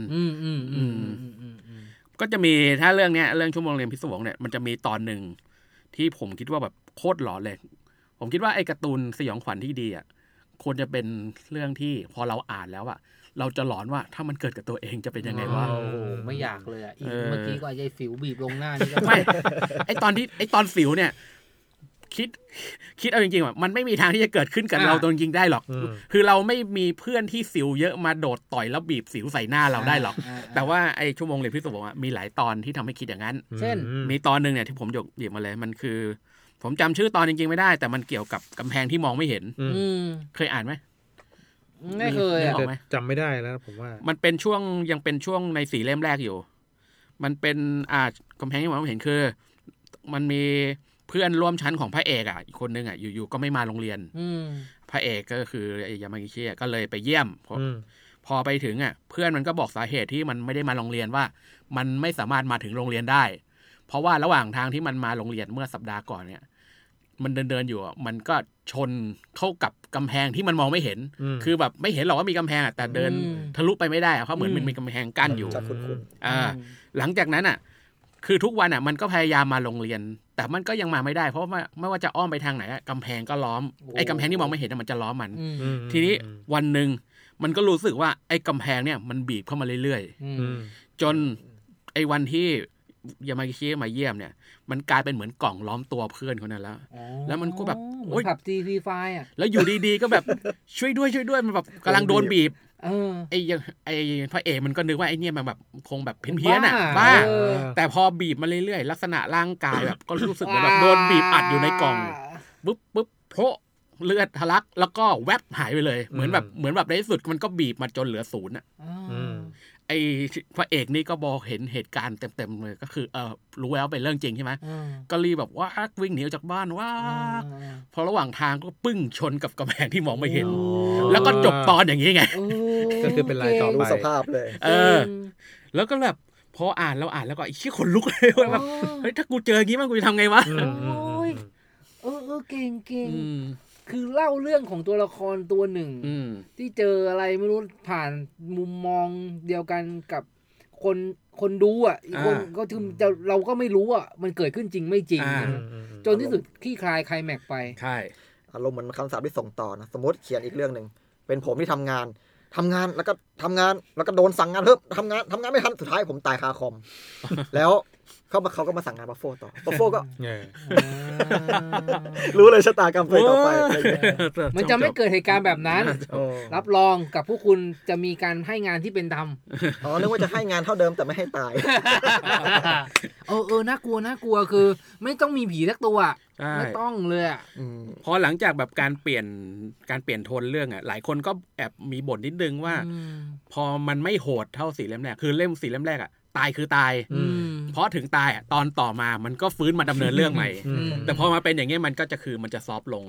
ก็จะมีถ้าเรื่องเนี้ยเรื่องชั่วโมงเรียนพิศวงเนี่ยมันจะมีตอนหนึ่งที่ผมคิดว่าแบบโคตรหลอนเลยผมคิดว่าไอ้การ์ตูนสยองขวัญที่ดีอ่ะควรจะเป็นเรื่องที่พอเราอ่านแล้วอะเราจะหลอนว่าถ้ามันเกิดกับตัวเองจะเป็นยังไงวะ
โอ้โหไม่อยากเลยอ่ะอีกเมื่อกี้ก็ไอ้สิวบีบลงหน้านี่ก็
ไม่ไอตอนที่ไอตอนสิวเนี่ยคิดคิดเอาจริงๆว่ามันไม่มีทางที่จะเกิดขึ้นกับเราตรงจริงได้หรอกคือเราไม่มีเพื่อนที่สิวเยอะมาโดดต่อยแล้วบีบสิวใส่หน้าเราได้หรอกแต่ว่าไอชั่วโมงเรียนพิเศษบอกว่ามีหลายตอนที่ทำให้คิดอย่างนั้น
เช่น
มีตอนนึงเนี่ยที่ผมหยิบมาเลยมันคือผมจำชื่อตอนจริงๆไม่ได้แต่มันเกี่ยวกับกำแพงที่มองไม่เห็นเคยอ่านไหม
ไม่เคยอ่ะ
จำไม่ได้แล้วผมว่า
มันเป็นช่วงยังเป็นช่วงในสี่เล่มแรกอยู่มันเป็นอ่ากำแพงที่มองไม่เห็นคือมันมีเพื่อนร่วมชั้นของพระเอกอ่ะอีกคนนึงอ่ะอยู่ๆก็ไม่มาโรงเรียนพระเอกก็คือยามากิชิก็เลยไปเยี่ยมพอไปถึงอ่ะเพื่อนมันก็บอกสาเหตุที่มันไม่ได้มาโรงเรียนว่ามันไม่สามารถมาถึงโรงเรียนได้เพราะว่าระหว่างทางที่มันมาโรงเรียนเมื่อสัปดาห์ก่อนเนี่ยมันเดินเดินอยู่มันก็ชนเข้ากับกำแพงที่มันมองไม่เห็นคือแบบไม่เห็นหรอกว่ามีกำแพงแต่เดินทะลุไปไม่ได้เพราะเหมือนมันมีกำแพงกั้นอยู่อ่าหลังจากนั้นอ่ะคือทุกวันอ่ะมันก็พยายามมาโรงเรียนแต่มันก็ยังมาไม่ได้เพราะว่าไม่ว่าจะอ้อมไปทางไหนกำแพงก็ล้อมไอ้กำแพงที่มองไม่เห็นมันจะล้อมมันทีนี้วันนึงมันก็รู้สึกว่าไอ้กำแพงเนี่ยมันบีบเข้ามาเรื่อยๆจนไอ้วันที่ยามากิชิมาเยี่ยมเนี่ยมันกลายเป็นเหมือนกล่องล้อมตัวเพื่อนคนนั้นแล้วแล้วมันก็แบบ
โอ้ยขับ จี พี ไฟ อ่ะ
แล้วอยู่ดีๆก็แบบช่วยด้วยช่วยด้วยมันแบบกำลังโดนบีบไอ้ไอ้พระเอกมันก็นึกว่าไอ้เนี่ยมันแบบคงแบบเพี้ยนๆอ่ะบ้าแต่พอบีบมาเรื่อยๆลักษณะร่างกายแบบก็รู้สึกเหมือนแบบโดนบีบอัดอยู่ในกล่องปุ๊บปุ๊บโผล่เลือดทะลักแล้วก็แวบหายไปเลยเหมือนแบบเหมือนแบบในที่สุดมันก็บีบมาจนเหลือศูนย์อ่ะไอ้พระเอกนี่ก็บอกเห็นเหตุการณ์เต็มๆเลยก็คือเออรู้แล้วเป็นเรื่องจริงใช่ไหมก็รีบแบบว่าวิ่งหนีออกจากบ้านว่าพอระหว่างทางก็ปึ้งชนกับกำแพงที่มองไม่เห็นแล้วก็จบตอนอย่างนี้ไง
ก็คือเป็นรายต่อไป
สภาพเลย
เออแล้วก็แบบพออ่านแล้วอ่านแล้วก็ไอ้ชี้ขนลุกเลยว่าแบบเฮ้ยถ้ากูเจออย่างนี้มันกูจะทำไงวะ
เออเออเก่งเก่งคือเล่าเรื่องของตัวละครตัวหนึ่งที่เจออะไรไม่รู้ผ่านมุมมองเดียวกันกับคนคนดูอ่ะอีกคนก็ถึงจะเราก็ไม่รู้อ่ะมันเกิดขึ้นจริงไม่จริงจนที่สุดขี้คลายใครแม็กไป
ใช่
อารมณ์เหมือนคำสาปที่ส่งต่อนะสมมติเขียนอีกเรื่องหนึ่งเป็นผมที่ทำงานทำงานแล้วก็ทำงานแล้วก็โดนสั่งงานเพิ่มทำงานทำงานไม่ทันสุดท้ายผมตายคาคอมแล้วเขาเขาก็มาสั่งงานบัฟโฟต่อบัฟโฟก็รู้เลยชะตากรรมไปต่อไป
มันจะไม่เกิดเหตุการณ์แบบนั้นรับรองกับพวกคุณจะมีการให้งานที่เป็นธรรม
อ๋อนึกว่าจะให้งานเท่าเดิมแต่ไม่ให้ตาย
เออเออน่ากลัวน่ากลัวคือไม่ต้องมีผีสักตัวไม่ต้องเลยอ่ะ
พอหลังจากแบบการเปลี่ยนการเปลี่ยนโทนเรื่องอ่ะหลายคนก็แอบมีบ่นนิดนึงว่าพอมันไม่โหดเท่าสี่เล่มแรกคือเล่มสี่เล่มแรกอ่ะตายคือตายเพราะถึงตายอ่ะตอนต่อมามันก็ฟื้นมาดำเนินเรื่องใหม่แต่พอมาเป็นอย่างเงี้ยมันก็จะคือมันจะซอฟลง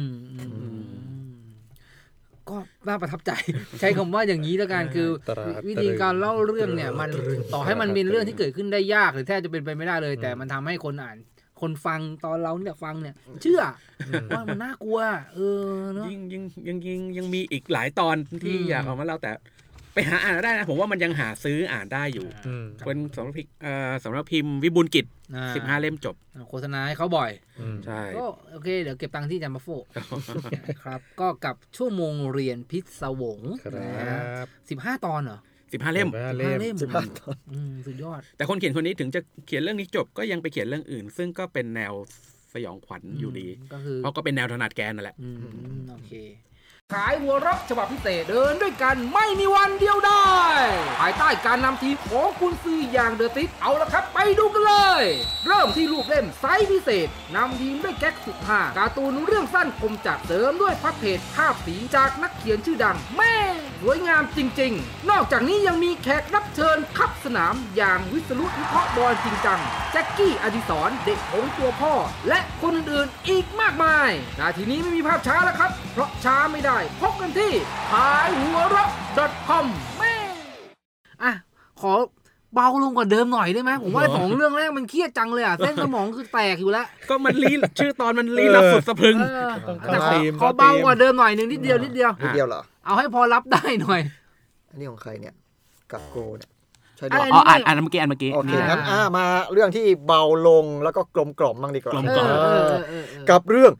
ก็น่าประทับใจใช้คำว่าอย่างนี้แล้วกันคือวิธีการเล่าเรื่องเนี่ยมันต่อให้มันเป็นเรื่องที่เกิดขึ้นได้ยากหรือแทบจะเป็นไปไม่ได้เลยแต่มันทำให้คนอ่านคนฟังตอนเราเนี่ยฟังเนี่ยเชื่อว่ามันน่ากลัวเออเนาะ
ยังยังยังยังยังมีอีกหลายตอนที่อยากเอามาเล่าแต่ไปหาอ่านได้นะผมว่ามันยังหาซื้ออ่านได้อยู่เป็นสำหรับพิมพ์เอ่อสำหรับพิมพ์วิบูลย์กิจสิบห้าเล่มจบ
โฆษณาให้เขาบ่อย
ใช่
ก็โอเคเดี๋ยวเก็บตังค์ที่จัมโบ้โฟครับก็กับชั่วโมงเรียนพิศวงครับสิบห้าตอนเหรอ
สิบห้าเล่ม
สิบห้าเล่มสิบห้าตอนอืมสุดยอด
แต่คนเขียนคนนี้ถึงจะเขียนเรื่องนี้จบก็ยังไปเขียนเรื่องอื่นซึ่งก็เป็นแนวสยองขวัญอยู่ดีเพราะก็เป็นแนวถนัดแกนั่นแหละ
อืมโอเคขายหัวรักฉบับพิเศษเดินด้วยกันไม่มีวันเดียวได้ภายใต้การนำทีมของคุณซีอย่างเดอะติ๊กเอาละครับไปดูกันเลยเริ่มที่รูปเล่มไซส์พิเศษนำทีมด้วยแก๊กสิบห้าการ์ตูนเรื่องสั้นคมจัดเสริมด้วยพับเพจภาพสีจากนักเขียนชื่อดังแม่สวยงามจริงๆนอกจากนี้ยังมีแขกรับเชิญขับสนามอย่างวิศรุวิเคราะห์บอลจริงจังแจ็คกี้อดิศรเด็กของตัวพ่อและคนอื่นๆอีกมากมายนาทีนี้ไม่มีภาพช้าแล้วครับเพราะช้าไม่ได้พบกันที่ขายหัวเราะ .com แม่อ่ะขอเบาลงกว่าเดิมหน่อยได้ไหมผมว่าสองเรื่องแรกมันเครียดจังเลยอ่ะเส้นสมองคือแตกอยู่แล้ว
ก็มันลีชื่อตอนมันลีลับสุดสะพรึง
แต่ขอขอเบากว่าเดิมหน่อยนึงนิดเดียวนิดเดียว
นิดเดียวเหรอ
เอาให้พอรับได้หน่อย
อันนี้ของใครเนี่ยกับโกเนี่ย
ใช่ด้วยอ๋ออ่านอ่านเมื่อกี้อ่านเมื่อกี้
โอเคงั้นอ่ามาเรื่องที่เบาลงแล้วก็กลมกล่อมบ้างดีกว่ากลมกล่อมกับเรื่อง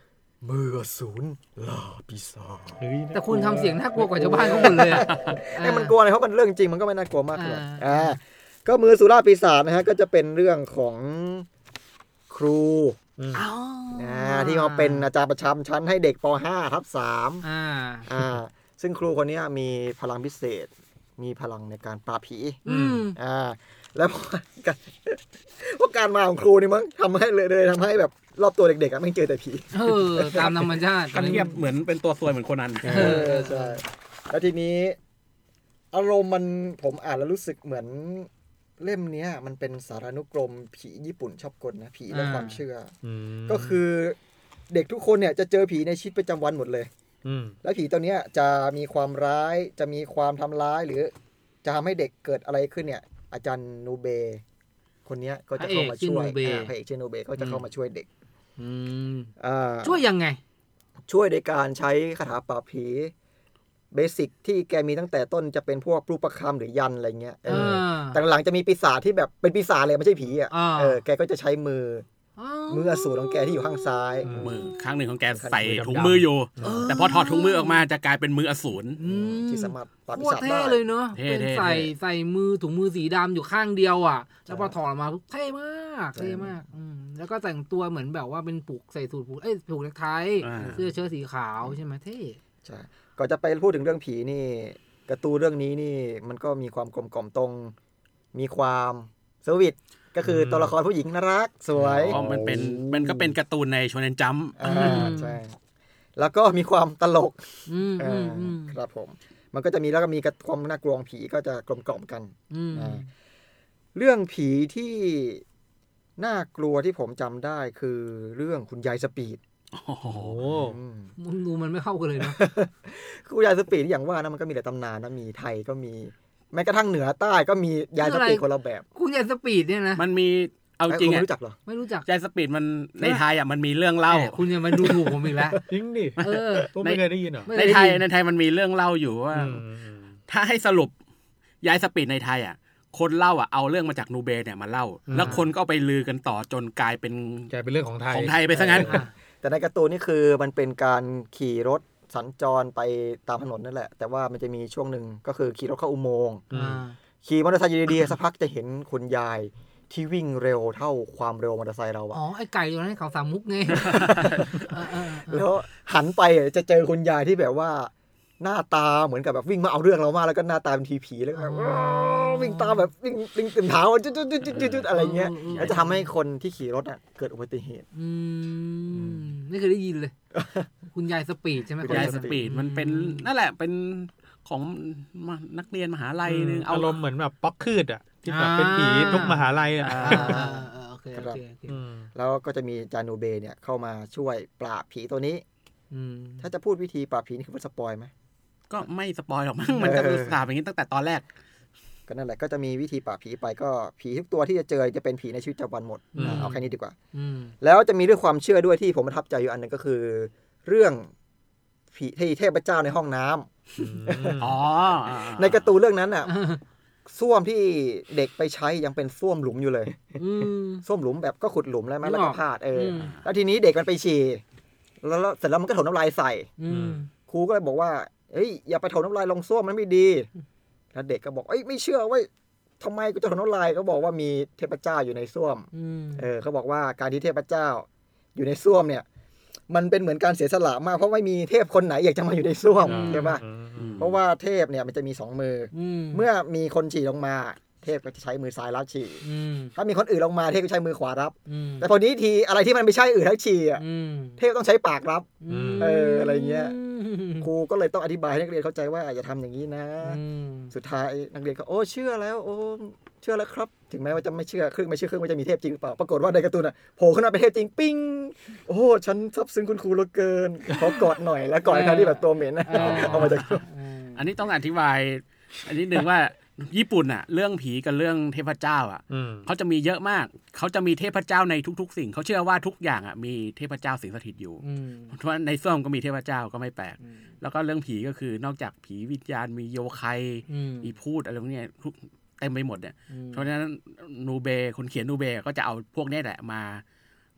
มืออสูรล่าปีศาจ
แต่คุณทำเสียงน่ากลัวกว่าชาวบ้านเขาหมดเลยอะ
ไอ้มันกลัวอะไรเพราะมันเรื่องจริงมันก็ไม่น่ากลัวมากเท่าไหร่อ่าก็มืออสูรล่าปีศาจนะฮะก็จะเป็นเรื่องของครู
อ๋อ
อ่าที่มาเป็นอาจารย์ประจำชั้นให้เด็กป .ห้า ทับสาม
อ่า
อ่าซึ่งครูคนนี้มีพลังพิเศษมีพลังในการปราบผี
อืม
อ่าแล้วพวกการมาของครูนี่มั้งทำให้เลยเลยทำให้แบบรอบตัวเด็กๆอ่ะไม่เจอแต่ผี
เออตามธรรมชาติ
ก็เทียบเหมือนเป็นตัวซวยเหมือนโคนัน
เออใช่แล้วทีนี้อารมณ์มันผมอ่านแล้วรู้สึกเหมือนเล่มเนี้ยมันเป็นสารานุกรมผีญี่ปุ่นชอบกลนะผีและความเชื่ออก็คือเด็กทุกคนเนี่ยจะเจอผีในชีวิตประจำวันหมดเลยแล้วผีตัวเนี้ยจะมีความร้ายจะมีความทำร้ายหรือจะทำให้เด็กเกิดอะไรขึ้นเนี่ยอาจารย์นูเบคนนี้ก็จะเข้ามาช่วยพระเอกชื่อนูเบก็จะเข้ามาช่วยเด็ก
ช่วยยังไง
ช่วยในการใช้คาถาปราบผีเบสิกที่แกมีตั้งแต่ต้นจะเป็นพวกรูปคำหรือยันอะไรเงี้ยแต่หลังจะมีปีศาจที่แบบเป็นปีศาจเลยไม่ใช่ผีอ่ะเออแกก็จะใช้มือมืออสูรของแกที่อยู่ข้างซ้าย
มือข้างหนึ่งของแกใส่ถุงมืออยู่แต่พอถอดถุงมือออกมาจะกลายเป็นมืออสูร
ที่สามารถปราบปีศาจ
ได้เท่เลยเนาะเป็นใส่ใส่มือถุงมือสีดำอยู่ข้างเดียวอ่ะแล้วพอถอดออกมาเท่มากเท่มากแล้วก็แต่งตัวเหมือนแบบว่าเป็นผูกใส่สูทผูกเอ้ยผูกเนคไทเสื้อเชิ้ตสีขาวใช่ไหมเท่
ใช่ก่อนจะไปพูดถึงเรื่องผีนี่การ์ตูนเรื่องนี้นี่มันก็มีความกลมกล่อมตรงมีความเซอร์วิสก็คือตัวละครผู้หญิงน่ารักสวย
อ๋อมันเป็นมันก็เป็นการ์ตูนในโชเน็นจัมป์
อ่าใช่แล้วก็มีความตลกอ่าครับผมมันก็จะมีแล้วก็มีความน่ากลัวของผีก็จะกลมกล่อมกันอ่าเรื่องผีที่น่ากลัวที่ผมจำได้คือเรื่องคุณยายสปีด
โอ้โห
มึงดูมันไม่เข้ากันเลยนะ
คุณยายสปีดอย่างว่านะมันก็มีแต่ตำนานนะมีไทยก็มีแม้กระทั่งเหนือใต้ก็มียายสปีดคนละแบบ
คุณยายสปีดเนี่ยนะ
มันมีเอาจริงอ่ะ
ไม่รู้จักหรอ
ไม่รู้จัก
ยายสปีดมันในไทยอ่ะมันมีเรื่องเล่า
คุณยังมาดูถูกผมอีกแล้ว
จริงดิ
เออ
ไม่เคยได้ยินเหรอ
ในไทยในไทยมันมีเรื่องเล่าอยู่ว่าถ้าให้สรุปยายสปีดในไทยอ่ะคนเล่าอ่ะเอาเรื่องมาจากนูเบเนี่ยมาเล่าแล้วคนก็ไปลือกันต่อจนกลายเป็น
กลายเป็นเรื่องของไทย
ของไทยไปซะงั้น
แต่ในการ์ตูนนี่คือมันเป็นการขี่รถสัญจรไปตามถนนนั่นแหละแต่ว่ามันจะมีช่วงหนึ่งก็คือขี่รถเข้าอุโมงค์ขี่มอเตอร์ไซค์ดีๆสักพักจะเห็นคุณยายที่วิ่งเร็วเท่าความเร็วมอเตอร์ไซค์เราอะ
อ๋อไอ้ไก่ตัวนั้นเขาสามมุกไง
แล้วหันไปจะเจอคุณยายที่แบบว่าหน้าตาเหมือนกับแบบวิ่งมาเอาเรื่องเรามากแล้วก็หน้าตาเป็นทีผีแล้วแบบวิ่งตามแบบวิ่งวิ่งตื่นเท้าจุดๆๆๆอะไรเงี้ยแล้วจะทำให้คนที่ขี่รถอะเกิดอุบัติเหตุ
อืมไม่เคยได้ยินเลยคุณยายสปีดใช่ไหม
คุณยายสปีดมันเป็นนั่นแหละเป็นของนักเรียนมหาลัยนึง
อารมณ์เหมือนแบบป๊อกคืดอ่ะที่แบบเป็นผีทุกมหาลัยอ่ะ
โอเคโอเค
แล้วก็จะมีจานูเบเนี่ยเข้ามาช่วยปราบผีตัวนี้ถ้าจะพูดวิธีปราบผีนี่คือมันสปอยไหม
ก็ไม่สปอยหรอกมั้งมันก็คือสาบอย่างนี้ตั้งแต่ตอนแรก
ก็นั่นแหละก็จะมีวิธีปราบผีไปก็ผีทุกตัวที่จะเจอจะเป็นผีในชีวิตประจำวันหมดเอาแค่นี้ดีกว่าแล้วจะมีเรื่องความเชื่อด้วยที่ผมประทับใจอยู่อันนึงก็คือเรื่องผีเทพเจ้าในห้องน้ำ
อ๋อ
ในการ์ตูนเรื่องนั้นอ่ะส้วมที่เด็กไปใช้ยังเป็นส้วมหลุมอยู่เลยส้วมหลุมแบบก็ขุดหลุมแล้วมั้ยแล้วก็พาดเออแล้วทีนี้เด็กมันไปฉี่แล้วเสร็จแล้วมันก็ถมน้ำลายใส่ครูก็เลยบอกว่าเฮ้ยอย่าไปถมน้ำลายลงส้วมมันไม่ดีแล้วเด็กก็บอกเอ้ยไม่เชื่อเว้ยทำไมกูจะถมน้ำลายก็บอกว่ามีเทพเจ้าอยู่ในส้วมเออเขาบอกว่าการที่เทพเจ้าอยู่ในส้วมเนี่ยมันเป็นเหมือนการเสียสละมากเพราะไม่มีเทพคนไหนอยากจะมาอยู่ในส้วมใช่ป่ะเพราะว่าเทพเนี่ยมันจะมีสองมือเมื่อมีคนฉี่ลงมาเทพก็จะใช้มือซ้ายรับฉี่ถ้ามีคนอื่นลงมาเทพก็ใช้มือขวารับแต่พอนี้ทีอะไรที่มันไม่ใช่อื่นทั้งฉี่อ่ะเทพต้องใช้ปากรับเอออะไรเงี้ยครูก็เลยต้องอธิบายให้นักเรียนเข้าใจว่าอย่าทำอย่างนี้นะสุดท้ายนักเรียนก็โอ้เชื่อแล้วโอ้เชื่อแล้วครับถึงแม้ว่าจะไม่เชื่อครึ่งไม่เชื่อครึ่งว่าจะมีเทพจริงหรือเปล่าปรากฏว่าในการ์ตูนอ่ะโผล่ขึ้นมาเป็นเทพจริงปิ้งโอ้ฉันซับซึ้งคุณครูเหลือเกินขอกอดหน่อยแล้วกอดใครที่แบบตัวเหม็นนะเอามาจาก
อันนี้ต้องอธิบายอันนี้นึงว่าญี่ปุ่นอ่ะเรื่องผีกับเรื่องเทพเจ้าอ่ะเขาจะมีเยอะมากเขาจะมีเทพเจ้าในทุกๆสิ่งเขาเชื่อว่าทุกอย่างอ่ะมีเทพเจ้าสิงสถิตอยู่เพราะในส้วมก็มีเทพเจ้าก็ไม่แปลกแล้วก็เรื่องผีก็คือนอกจากผีวิญญาณมีโยคัยมีพูดอะไรพวกนี้เต็มไปหมดเนี่ยเพราะฉะนั้นนูเบคนเขียนนูเบก็จะเอาพวกนี้แหละมา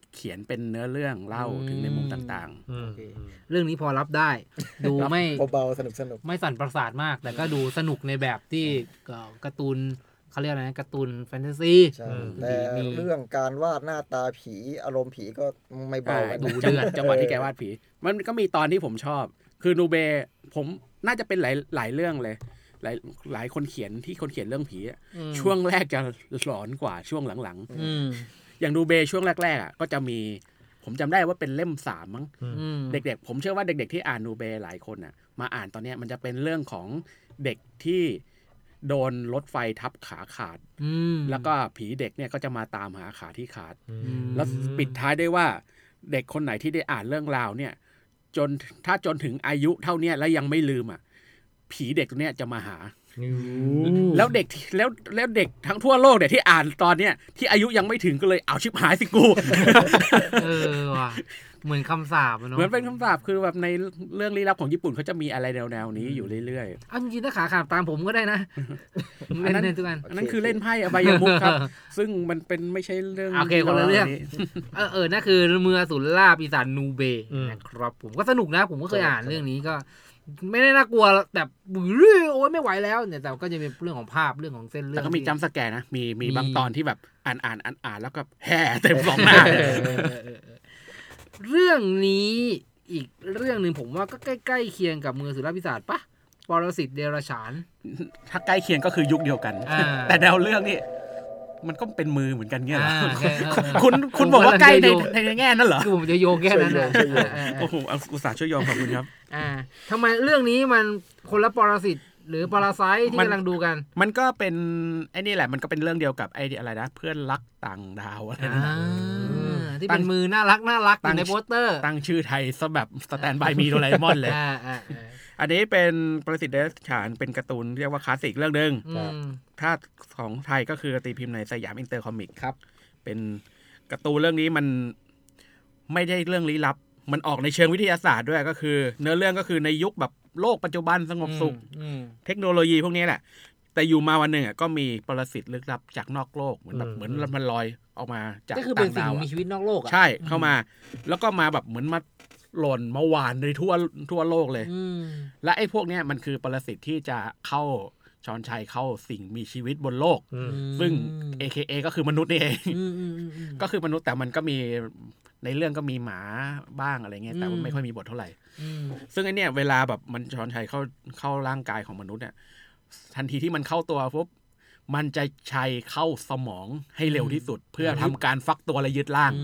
เขียนเป็นเนื้อเรื่องเล่าถึงในมุมต่าง
ๆเรื่องนี้พอรับได้ดูไม่
เบาๆสนุก
ๆไม่สั่นประสาทมากแต่ก็ดูสนุกในแบบที่การ์ตูนเขาเรียกอะไรนะการ์ตูนแฟนตาซี
แต่เรื่องการวาดหน้าตาผีอารมณ์ผีก็ไม่เบา
ดูเดือดจังหวะที่แกวาดผีมันก็มีตอนที่ผมชอบคือนูเบผมน่าจะเป็นหลายหลายเรื่องเลยหลายหลายคนเขียนที่คนเขียนเรื่องผีช่วงแรกจะหลอนกว่าช่วงหลังๆอย่างนูเบช่วงแรกๆอ่ะก็จะมีผมจำได้ว่าเป็นเล่มสามมั้งเด็กๆผมเชื่อว่าเด็กๆที่อ่านนูเบหลายคนอ่ะมาอ่านตอนนี้มันจะเป็นเรื่องของเด็กที่โดนรถไฟทับขาขาดแล้วก็ผีเด็กเนี่ยก็จะมาตามหาขาที่ขาดแล้วปิดท้ายได้ว่าเด็กคนไหนที่ได้อ่านเรื่องราวเนี่ยจนถ้าจนถึงอายุเท่านี้แล้วยังไม่ลืมอ่ะผีเด็กตัวเนี้ยจะมาหาแล้วเด็กแล้วแล้วเด็กทั้งทั่วโลกเนี่ยที่อ่านตอนเนี้ยที่อายุยังไม่ถึงก็เลยเอาชิบหายสิกู
เออว่ะเหมือนคำสาปเนาะ
เหมือนเป็นคำสาปคือแบบในเรื่องลี้ลับของญี่ปุ่นเขาจะมีอะไรแนวๆนี้อยู่เรื่อย
ๆอ้าวจริงๆถ้าขาขาดตามผมก็ได้นะ
อันนั้นอันนั้นคือเล่นไพ่อบายมุขครับซึ่งมันเป็นไม่ใช่เรื่อง
โอเคคนละเรื่องเออเออนั่นคือเมื่อสุล่าปีศาจนูเบนะครับผมก็สนุกนะผมก็เคยอ่านเรื่องนี้ก็ไม่ได้น่ากลัวแบบโอ้ยไม่ไหวแล้วเนี่ยแต่ก็จะเป็นเรื่องของภาพเรื่องของเส้นเรื่อง
แต่ก็มีจัมป์สแกร์นะมีมีบางตอนที่แบบอ่านอ่านอ่านอ่านแล้วก็แห่เต็มสองหน้า
เรื่องนี้อีกเรื่องหนึ่งผมว่าก็ใกล้ๆเคียงกับมือสุรพิศาจปะปรสิตเดรัจฉาน
ถ้าใกล้เคียงก็คือยุคเดียวกันแต่แนวเรื่องนี่มันก็เป็นมือเหมือนกันเงี้ยเหรอคุณคุณบอกว่าใกล้ในในแง่นั้นเหรอ
คือผมจะโยงแค่นั้นนะ
โอ้โหอุตส่าห์ช่วยยอมขอบคุณครับ
อ่าทำไมเรื่องนี้มันคนละปรสิตหรือปรไซต์ที่กำลังดูกัน
มันก็เป็นไอ้นี่แหละมันก็เป็นเรื่องเดียวกับไอ้อะไรนะเพื่อนรักต่างดาวอะไรนั่น
ที่เป็นมือน่ารักน่ารักในโปสเตอร์
ตั้งชื่อไทยซะแบบสแตนบายมีโดราเอมอนเลยอันนี้เป็นปรสิตเดรัจฉานเป็นการ์ตูนเรียกว่าคลาสสิกเรื่องนึงถ้าของไทยก็คือตีพิมพ์ในสยามอินเตอร์คอมิกครับเป็นการ์ตูนเรื่องนี้มันไม่ได้เรื่องลี้ลับมันออกในเชิงวิทยาศาสตร์ด้วยก็คือเนื้อเรื่องก็คือในยุคแบบโลกปัจจุบันสงบสุขเทคโนโลยีพวกนี้แหละแต่อยู่มาวันหนึ่งก็มีปรสิตลึกลับจากนอกโลกเหมือนแบบเหมือนมันลอยออกมาจาก
ต่างดาวก็คือเป็นสิ่งมีชีวิตนอกโลกอ่ะ
ใช่เข้ามาแล้วก็มาแบบเหมือนมาหล่นมาหวานในทั่วทั่วโลกเลยและไอ้พวกนี้มันคือปรสิตที่จะเข้าช้อนชัยเข้าสิ่งมีชีวิตบนโลกซึ่ง เอ เค เอ ก็คือมนุษย์นี่เองก็คือมนุษย์แต่มันก็มีในเรื่องก็มีหมาบ้างอะไรเงี้ยแต่ว่าไม่ค่อยมีบทเท่าไหร่ซึ่งไอ้เนี่ยเวลาแบบมันช้อนชัยเข้าเข้าร่างกายของมนุษย์เนี่ยทันทีที่มันเข้าตัวปุ๊บมันจะชัยเข้าสมองให้เร็วที่สุดเพื่อทำการฟักตัวและยึดร่าง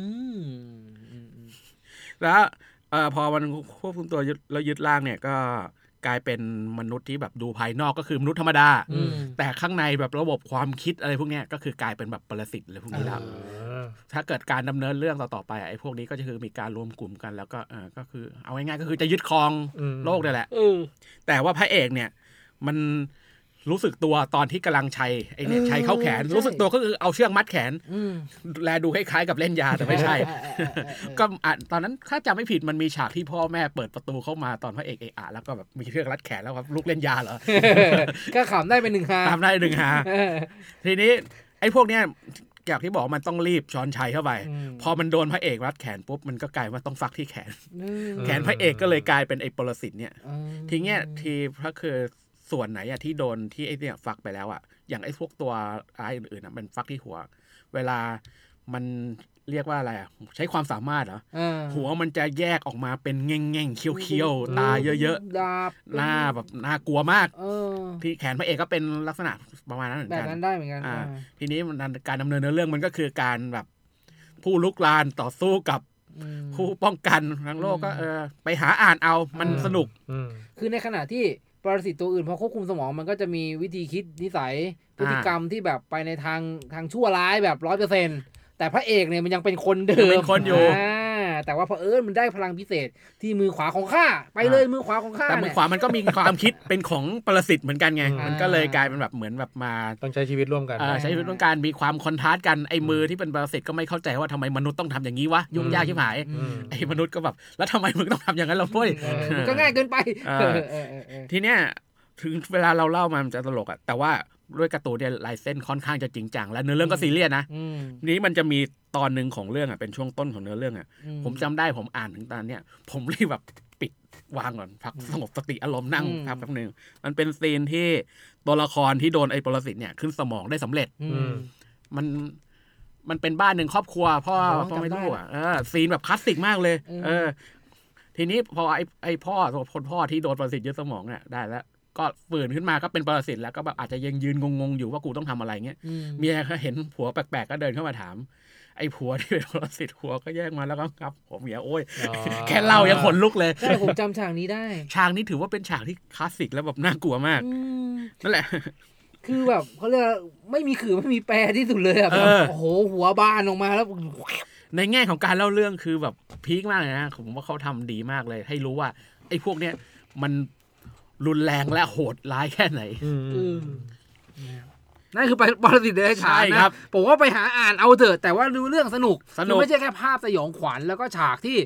แล้วเอ่อพอมันควบคุมตัวแล้วยึดร่างเนี่ยก็กลายเป็นมนุษย์ที่แบบดูภายนอกก็คือมนุษย์ธรรมดาแต่ข้างในแบบระบบความคิดอะไรพวกนี้ก็คือกลายเป็นแบบปรสิตอะไรพวกนี้แล้วถ้าเกิดการดำเนินเรื่องต่อๆไปไอ้พวกนี้ก็จะคือมีการรวมกลุ่มกันแล้วก็เออก็คือเอาง่ายๆก็คือจะยึดครองโลกนี่แหละแต่ว่าพระเอกเนี่ยมันรู้สึกตัวตอนที่กำลังชัยไอ้เนี่ยชัยเข้าแขนรู้สึกตัวก็คือเอาเชือกมัดแขนแลดูคล้ายๆกับเล่นยาแต่ไม่ใช่ก็ตอนนั้นถ้าจำไม่ผิดมันมีฉากที่พ่อแม่เปิดประตูเข้ามาตอนพระเอกเอะอะแล้วก็แบบมีเชือกรัดแขนแล้วครับลูกเล่นยาเหรอ
ก็ขำได้เป็นหนึ่งฮา
ขำได้หนึ่งฮาทีนี้ไอ้พวกเนี้ยอย่างที่บอกมันต้องรีบช้อนชัยเข้าไปพอมันโดนพระเอกรัดแขนปุ๊บมันก็กลายว่าต้องฟักที่แขนแขนพระเอกก็เลยกลายเป็นไอ้ปรสิตเนี่ยทีเนี้ยทีก็คือส่วนไหนอะที่โดนที่ไอ้เนี่ยฟักไปแล้วอะอย่างไอ้พวกตัวร้ายอื่นๆอะมันฟักที่หัวเวลามันเรียกว่าอะไรอะใช้ความสามารถเหรอหัวมันจะแยกออกมาเป็นแง่งๆเคี้ยวๆตาเยอะๆหน้าแบบน่ากลัวมากที่แขนพระเอกก็เป็นลักษณะประมาณนั้นเหมือนกัน
แบบนั้นได้เหมือนกัน
ทีนี้การดำเนินเรื่องมันก็คือการแบบผู้ลุกลานต่อสู้กับผู้ป้องกันทั้งโลกก็เออไปหาอ่านเอามันสนุก
คือในขณะที่ปรสิตตัวอื่นพอควบคุมสมองมันก็จะมีวิธีคิดนิสัยพฤติกรรมที่แบบไปในทางทางชั่วร้ายแบบ ร้อยเปอร์เซ็นต์ แต่พระเอกเนี่ยมันยังเป็นคนเดิม
เป็นคนอยู่
แต่ว่าพอเอิญมันได้พลังพิเศษที่มือขวาของข้าไปเลยมือขวาของข้า
แต่มือขวามันก็มีความคิดเป็นของปรสิตเหมือนกันไงมันก็เลยกลายเป็นแบบเหมือนแบบมา
ต้องใช้ชีวิตร่วมกัน
ใช้ชีวิตร่วมกันมีความคอนทราสต์กันไอ้มือที่เป็นปรสิตก็ไม่เข้าใจว่าทำไมมนุษย์ต้องทำอย่างนี้วะยุ่งยากชิบหายไอ้มนุษย์ก็แบบแล้วทำไมมึงต้องทำอย่างนั้นเราด้วย
มันก็ง่ายเกินไป
ทีเนี้ยถึงเวลาเราเล่ามันจะตลกอ่ะแต่ว่าด้วยการ์ตูนเนี่ยลายเส้นค่อนข้างจะจริงจังและเนื้อเรื่องก็ซีเรียสนะนี้มันจะมีตอนนึงของเรื่องอ่ะเป็นช่วงต้นของเนื้อเรื่องอ่ะผมจำได้ผมอ่านถึงตอนเนี้ยผมรีบแบบปิดวางก่อนพักสงบสติอารมณ์นั่งพักแป๊บนึงมันเป็นซีนที่ตัวละครที่โดนไอ้ปรสิตเนี่ยขึ้นสมองได้สำเร็จมันมันเป็นบ้านหนึ่งครอบครัวพ่อพ่อไม่รู้อ่ะเออซีนแบบคลาสสิกมากเลยเออทีนี้พอไอ้ไอ้พ่อตัวคนพ่อที่โดนปรสิตยึดสมองเนี่ยได้แล้วก็ฟื้นขึ้นมาก็เป็นปรสิตแล้วก็แบบอาจจะยังยืนงงๆอยู่ว่ากูต้องทำอะไรเงี้ยเมียเขาเห็นผัวแปลกๆก็เดินเข้ามาถามไอ้ผัวที่เป็นปรสิตผัวก็แยกมาแล้วก็ครับผมเมียโอ้ยแค่เล่ายังขนลุกเลย
ใช่ผมจำฉากนี้ได้
ฉากนี้ถือว่าเป็นฉากที่คลาสสิกแล้วแบบน่ากลัวมากนั่นแหละ
คือแบบเขาเรียกไม่มีขื่อไม่มีแปรที่สุดเลยอ่ะโอ้โหหัวบานออกมาแล้ว
ในแง่ของการเล่าเรื่องคือแบบพีคมากเลยนะผมว่าเขาทำดีมากเลยให้รู้ว่าไอ้พวกเนี้ยมันรุนแรงและโหดร้ายแค่ไหน
นั่นคือไปปรสิตเดรัจฉานนะผมว่าไปหาอ่านเอาเถอะแต่ว่าดูเรื่องสนุกคือไม่ใช่แค่ภาพสยองขวัญแล้วก็ฉากที่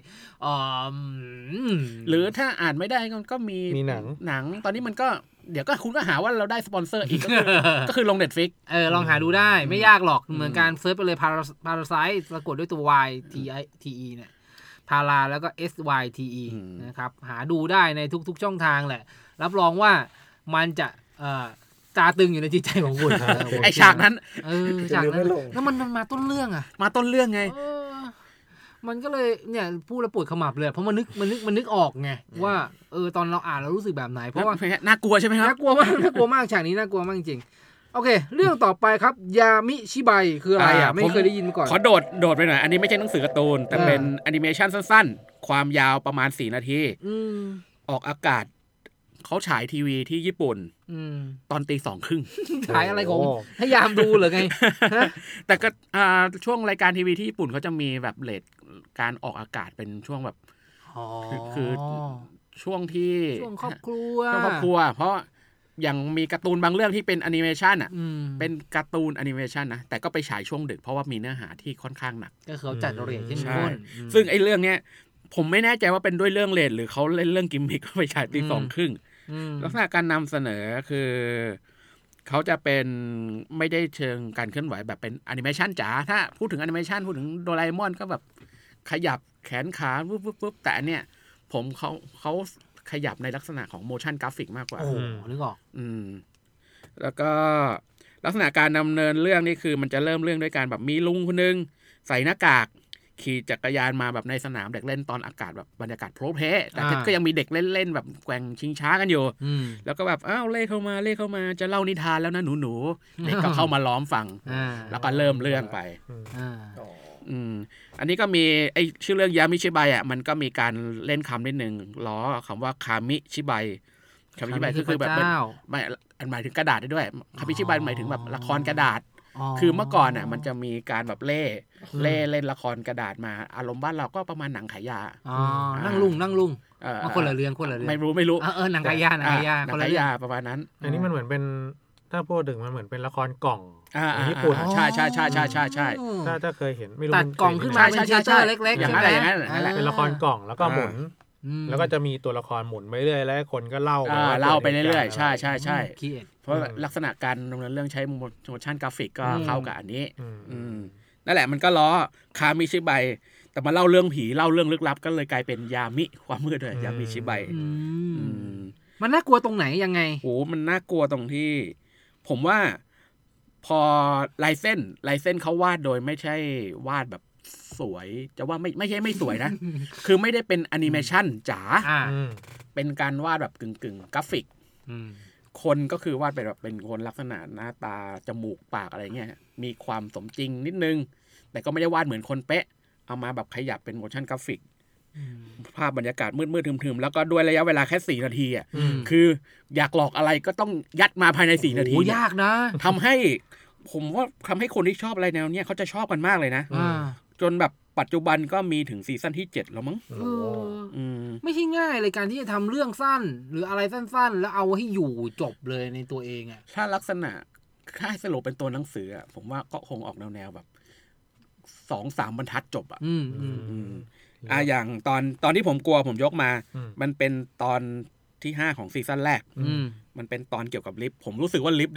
หรือถ้าอ่านไม่ได้ก็มี
มีหนัง
หนังตอนนี้มันก็เดี๋ยวก็คุณก็หาว่าเราได้สปอนเซอร์อีกก็คือลง Netflix
เออลองหาดูได้ไม่ยากหรอกเหมือนการเซิร์ชไปเลย Parasite สะกดด้วยตัว Y T I T E เนี่ยพาราแล้วก็ S Y T E นะครับหาดูได้ในทุกๆช่องทางแหละรับรองว่ามันจะเอ่อตาตึงอยู่ในจิตใจของคุณ
ไอฉากนั้น
เออฉากนั้นแล้วมันมาต้นเรื่องอ่ะ
มาต้นเรื่องไง
มันก็เลยเนี่ยพูดแล้วปวดขมับเลยเพราะมันนึกมันนึกมันนึกออกไงว่าเออตอนเราอ่านเรารู้สึกแบบไหนเพราะว่า
น่ากลัวใช่ไหมครับ
น่ากลัวมากน่ากลัวมากฉากนี้น่ากลัวมากจริงโอเคเรื่องต่อไปครับยามิชิไบคืออะไรอ่ะไม่เคยได้ยินมาก่อน
ขอโดดโดดไปหน่อยอันนี้ไม่ใช่หนังสือการ์ตูนแต่เป็นแอนิเมชันสั้นๆความยาวประมาณสี่นาทีออกอากาศเขาฉายทีวีที่ญี่ปุ่นตอนตีสองครึ่ง
ฉายอะไรของให้ยามดูเหรอไง
แต่ก็ช่วงรายการทีวีที่ญี่ปุ่นเขาจะมีแบบเรทการออกอากาศเป็นช่วงแบบคือช่วงที่
ช่วงครอบครัว
ช่วงครอบครัวเพราะอย่างมีการ์ตูนบางเรื่องที่เป็นแอนิเมชันอ่ะเป็นการ์ตูนแอนิเมชันนะแต่ก็ไปฉายช่วงดึกเพราะว่ามีเนื้อหาที่ค่อนข้างหนัก
ก็เขาจัดเรทเข้มข้น
ซึ่งไอ้เรื่องเนี้ยผมไม่แน่ใจว่าเป็นด้วยเรื่องเรทหรือเขาเล่นเรื่องกิมมิคไปฉายตีสองครึ่งลักษณะการนำเสนอคือเขาจะเป็นไม่ได้เชิงการเคลื่อนไหวแบบเป็นแอนิเมชันจ๋าถ้าพูดถึงแอนิเมชันพูดถึงโดราเอมอนก็แบบขยับแขนขาปุ๊บปุ๊บปุ๊บแต่อันเนี้ยผมเขาเขาขยับในลักษณะของ motion graphic มากกว่า
โอ้นึกออก
อืมแล้วก็ลักษณะการดำเนินเรื่องนี่คือมันจะเริ่มเรื่องด้วยการแบบมีลุงคนนึงใส่หน้ากากขี่จักรยานมาแบบในสนามเด็กเล่นตอนอากาศแบบบรรยากาศโพลเพแต่ก็ยังมีเด็กเล่นๆแบบแกว่งชิงช้ากันอยู่แล้วก็แบบอ้าวเล่เข้ามาเล่เข้ามาจะเล่านิทานแล้วนะหนูๆเด็กก็เข้ามาล้อมฟังแล้วก็เริ่มเรื่องไปอืมอันนี้ก็มีไอชื่อเรื่องยามิชิไบอ่ะมันก็มีการเล่นคำนิดนึงล้อคำว่าคามิชิไบคามิชิไบก็คือแบบไม่หมายถึงกระดาษได้ด้วยคามิชิไบหมายถึงแบบละครกระดาษคือเมื่อก่อนอ่ะมันจะมีการแบบเล่เล่เล่นละครกระดาษมาอารมณ์บ้านเราก็ประมาณหนังขายยา
อ๋อนั่งลุงนั่งลุงมาคนละเรื่องคนละเรื่อง
ไม่รู้ไม่รู้
เออหนังขายยาหนังขายยา
หนังขายยาประมาณนั้น
อันนี้มันเหมือนเป็นถ้าพูดถึงมันเหมือนเป็นละครกล่องญี่ปุ่น
ใช่ใช่ใช่ใช่ใช่ใช่
ถ้าถ้าเคยเห็นไม่รู้
ตัดกล่องขึ้นมาเป็นเชเตอร์เล็กๆ
อย่างนั้นอย่างนั้น
เป็นละครกล่องแล้วก็หมุนแล้วก็จะมีตัวละครหมุนไปเรื่อยแล้วคนก็เล่า
เล่าไปเรื่อยๆใช่ใช่ใช่เพราะลักษณะการดำเนินเรื่องใช้โมชั่นกราฟิกก็เข้ากับอันนี้นั่นแหละมันก็ล้อคามิชิไบแต่มาเล่าเรื่องผีเล่าเรื่องลึกลับก็เลยกลายเป็นยามิความมืดด้วยยามิชิไบ
มันน่ากลัวตรงไหนยังไง
โหมันน่ากลัวตรงที่ผมว่าพอลายเส้นลายเส้นเขาวาดโดยไม่ใช่วาดแบบสวยจะว่าไม่ไม่ใช่ไม่สวยนะ คือไม่ได้เป็นแอนิเมชันจ๋าเป็นการวาดแบบกึ่งกึ่งกราฟิกคนก็คือวาดเป็นแบบเป็นคนลักษณะหน้าตาจมูกปากอะไรเงี้ยมีความสมจริงนิดนึงแต่ก็ไม่ได้วาดเหมือนคนเป๊ะเอามาแบบขยับเป็นโมชั่นกราฟิกภาพบรรยากาศมืดๆทึมๆแล้วก็ด้วยระยะเวลาแค่สี่นาทีอ่ะคืออยากหลอกอะไรก็ต้องยัดมาภายในสี่นาที
โอ้ยากนะ
ทำให้ผมว่าทำให้คนที่ชอบอะไรแนวเนี้ยเขาจะชอบกันมากเลยนะจนแบบปัจจุบันก็มีถึงซีซั่นที่เจ็ดแล้วมั้ง
ไม่ใช่ง่ายเลยการที่จะทำเรื่องสั้นหรืออะไรสั้นๆแล้วเอาให้อยู่จบเลยในตัวเองอ่ะ
ถ้าลักษณะถ้าสรุปเป็นตัวหนังสืออ่ะผมว่าก็คงออกแนวๆแบบสองสามบรรทัดจบอ่ะอ่าอย่างตอนตอนที่ผมกลัวผมยกมามันเป็นตอนที่ห้าของซีซั่นแรกมันเป็นตอนเกี่ยวกับลิฟต์ผมรู้สึกว่าลิฟต์เนี่ย